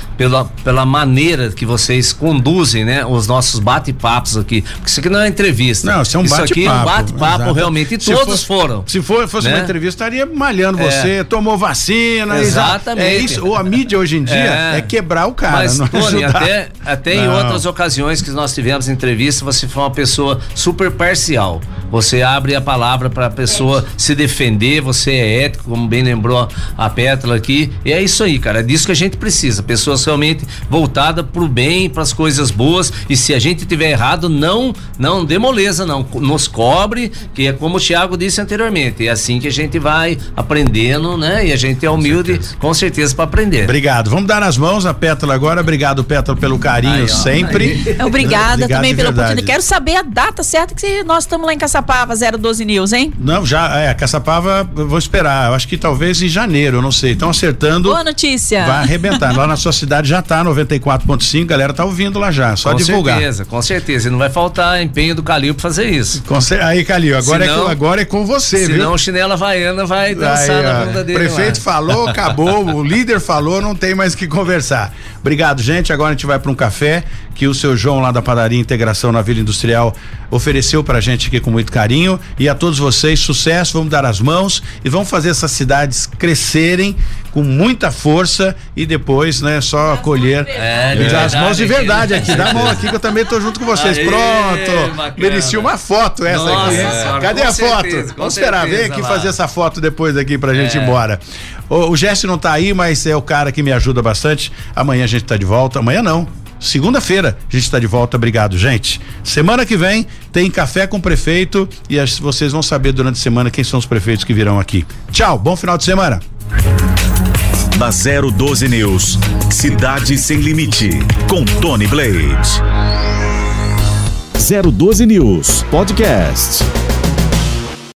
pela maneira que vocês conduzem, né? Os nossos bate-papos aqui, porque isso aqui não é entrevista. Não, isso é um bate-papo. Isso aqui é um bate-papo realmente, e todos foram. Se fosse uma entrevista, estaria malhando você, tomou vacina. Exatamente. Ou a mídia hoje em dia é quebrar o cara. Mas, não Tony, até em outras ocasiões que nós tivemos entrevista, você foi uma pessoa super parcial. Você abre a palavra para a pessoa se defender, você é ético, como bem lembrou a Pétala aqui, e é isso aí, cara, é disso que a gente precisa, pessoas realmente voltadas pro bem, pras coisas boas, e se a gente tiver errado, não dê moleza, não, nos cobre, que é como o Thiago disse anteriormente, é assim que a gente vai aprendendo, né, e a gente é humilde, com certeza, para aprender. Obrigado, vamos dar as mãos a Pétala agora, obrigado, Pétala, pelo carinho sempre. Obrigada também pela oportunidade. Quero saber a data certa que nós estamos lá em Caçapava, 012 News, hein? Não, já, Caçapava, eu vou esperar, eu acho que talvez em janeiro, eu não sei, estão acertando. Boa notícia. Vai arrebentar, lá na sua cidade já tá 94.5, galera tá ouvindo lá já, só divulgar. Com certeza, e não vai faltar empenho do Calil pra fazer isso. Aí, Calil, agora é com você, viu? Senão o Chinelo Havaiana vai dançar na bunda dele. O prefeito falou, acabou, o líder falou, não tem mais o que conversar. Obrigado, gente, agora a gente vai para um café que o seu João lá da Padaria Integração na Vila Industrial ofereceu pra gente aqui com muito carinho, e a todos vocês, sucesso, vamos dar as mãos e vamos fazer essas cidades crescerem com muita força e depois, né, só colher as mãos de verdade aqui, dá a mão aqui que eu também tô junto com vocês. Pronto, merecia uma foto essa. Nossa, aqui. Cadê a foto? Vamos esperar, vem aqui fazer essa foto depois aqui pra gente ir embora. O Jesse não tá aí, mas é o cara que me ajuda bastante. Amanhã a gente tá de volta, amanhã não, segunda-feira a gente está de volta. Obrigado, gente. Semana que vem tem Café com o Prefeito e vocês vão saber durante a semana quem são os prefeitos que virão aqui. Tchau, bom final de semana. Da 012 News, Cidade Sem Limite, com Tony Blade. 012 News Podcast.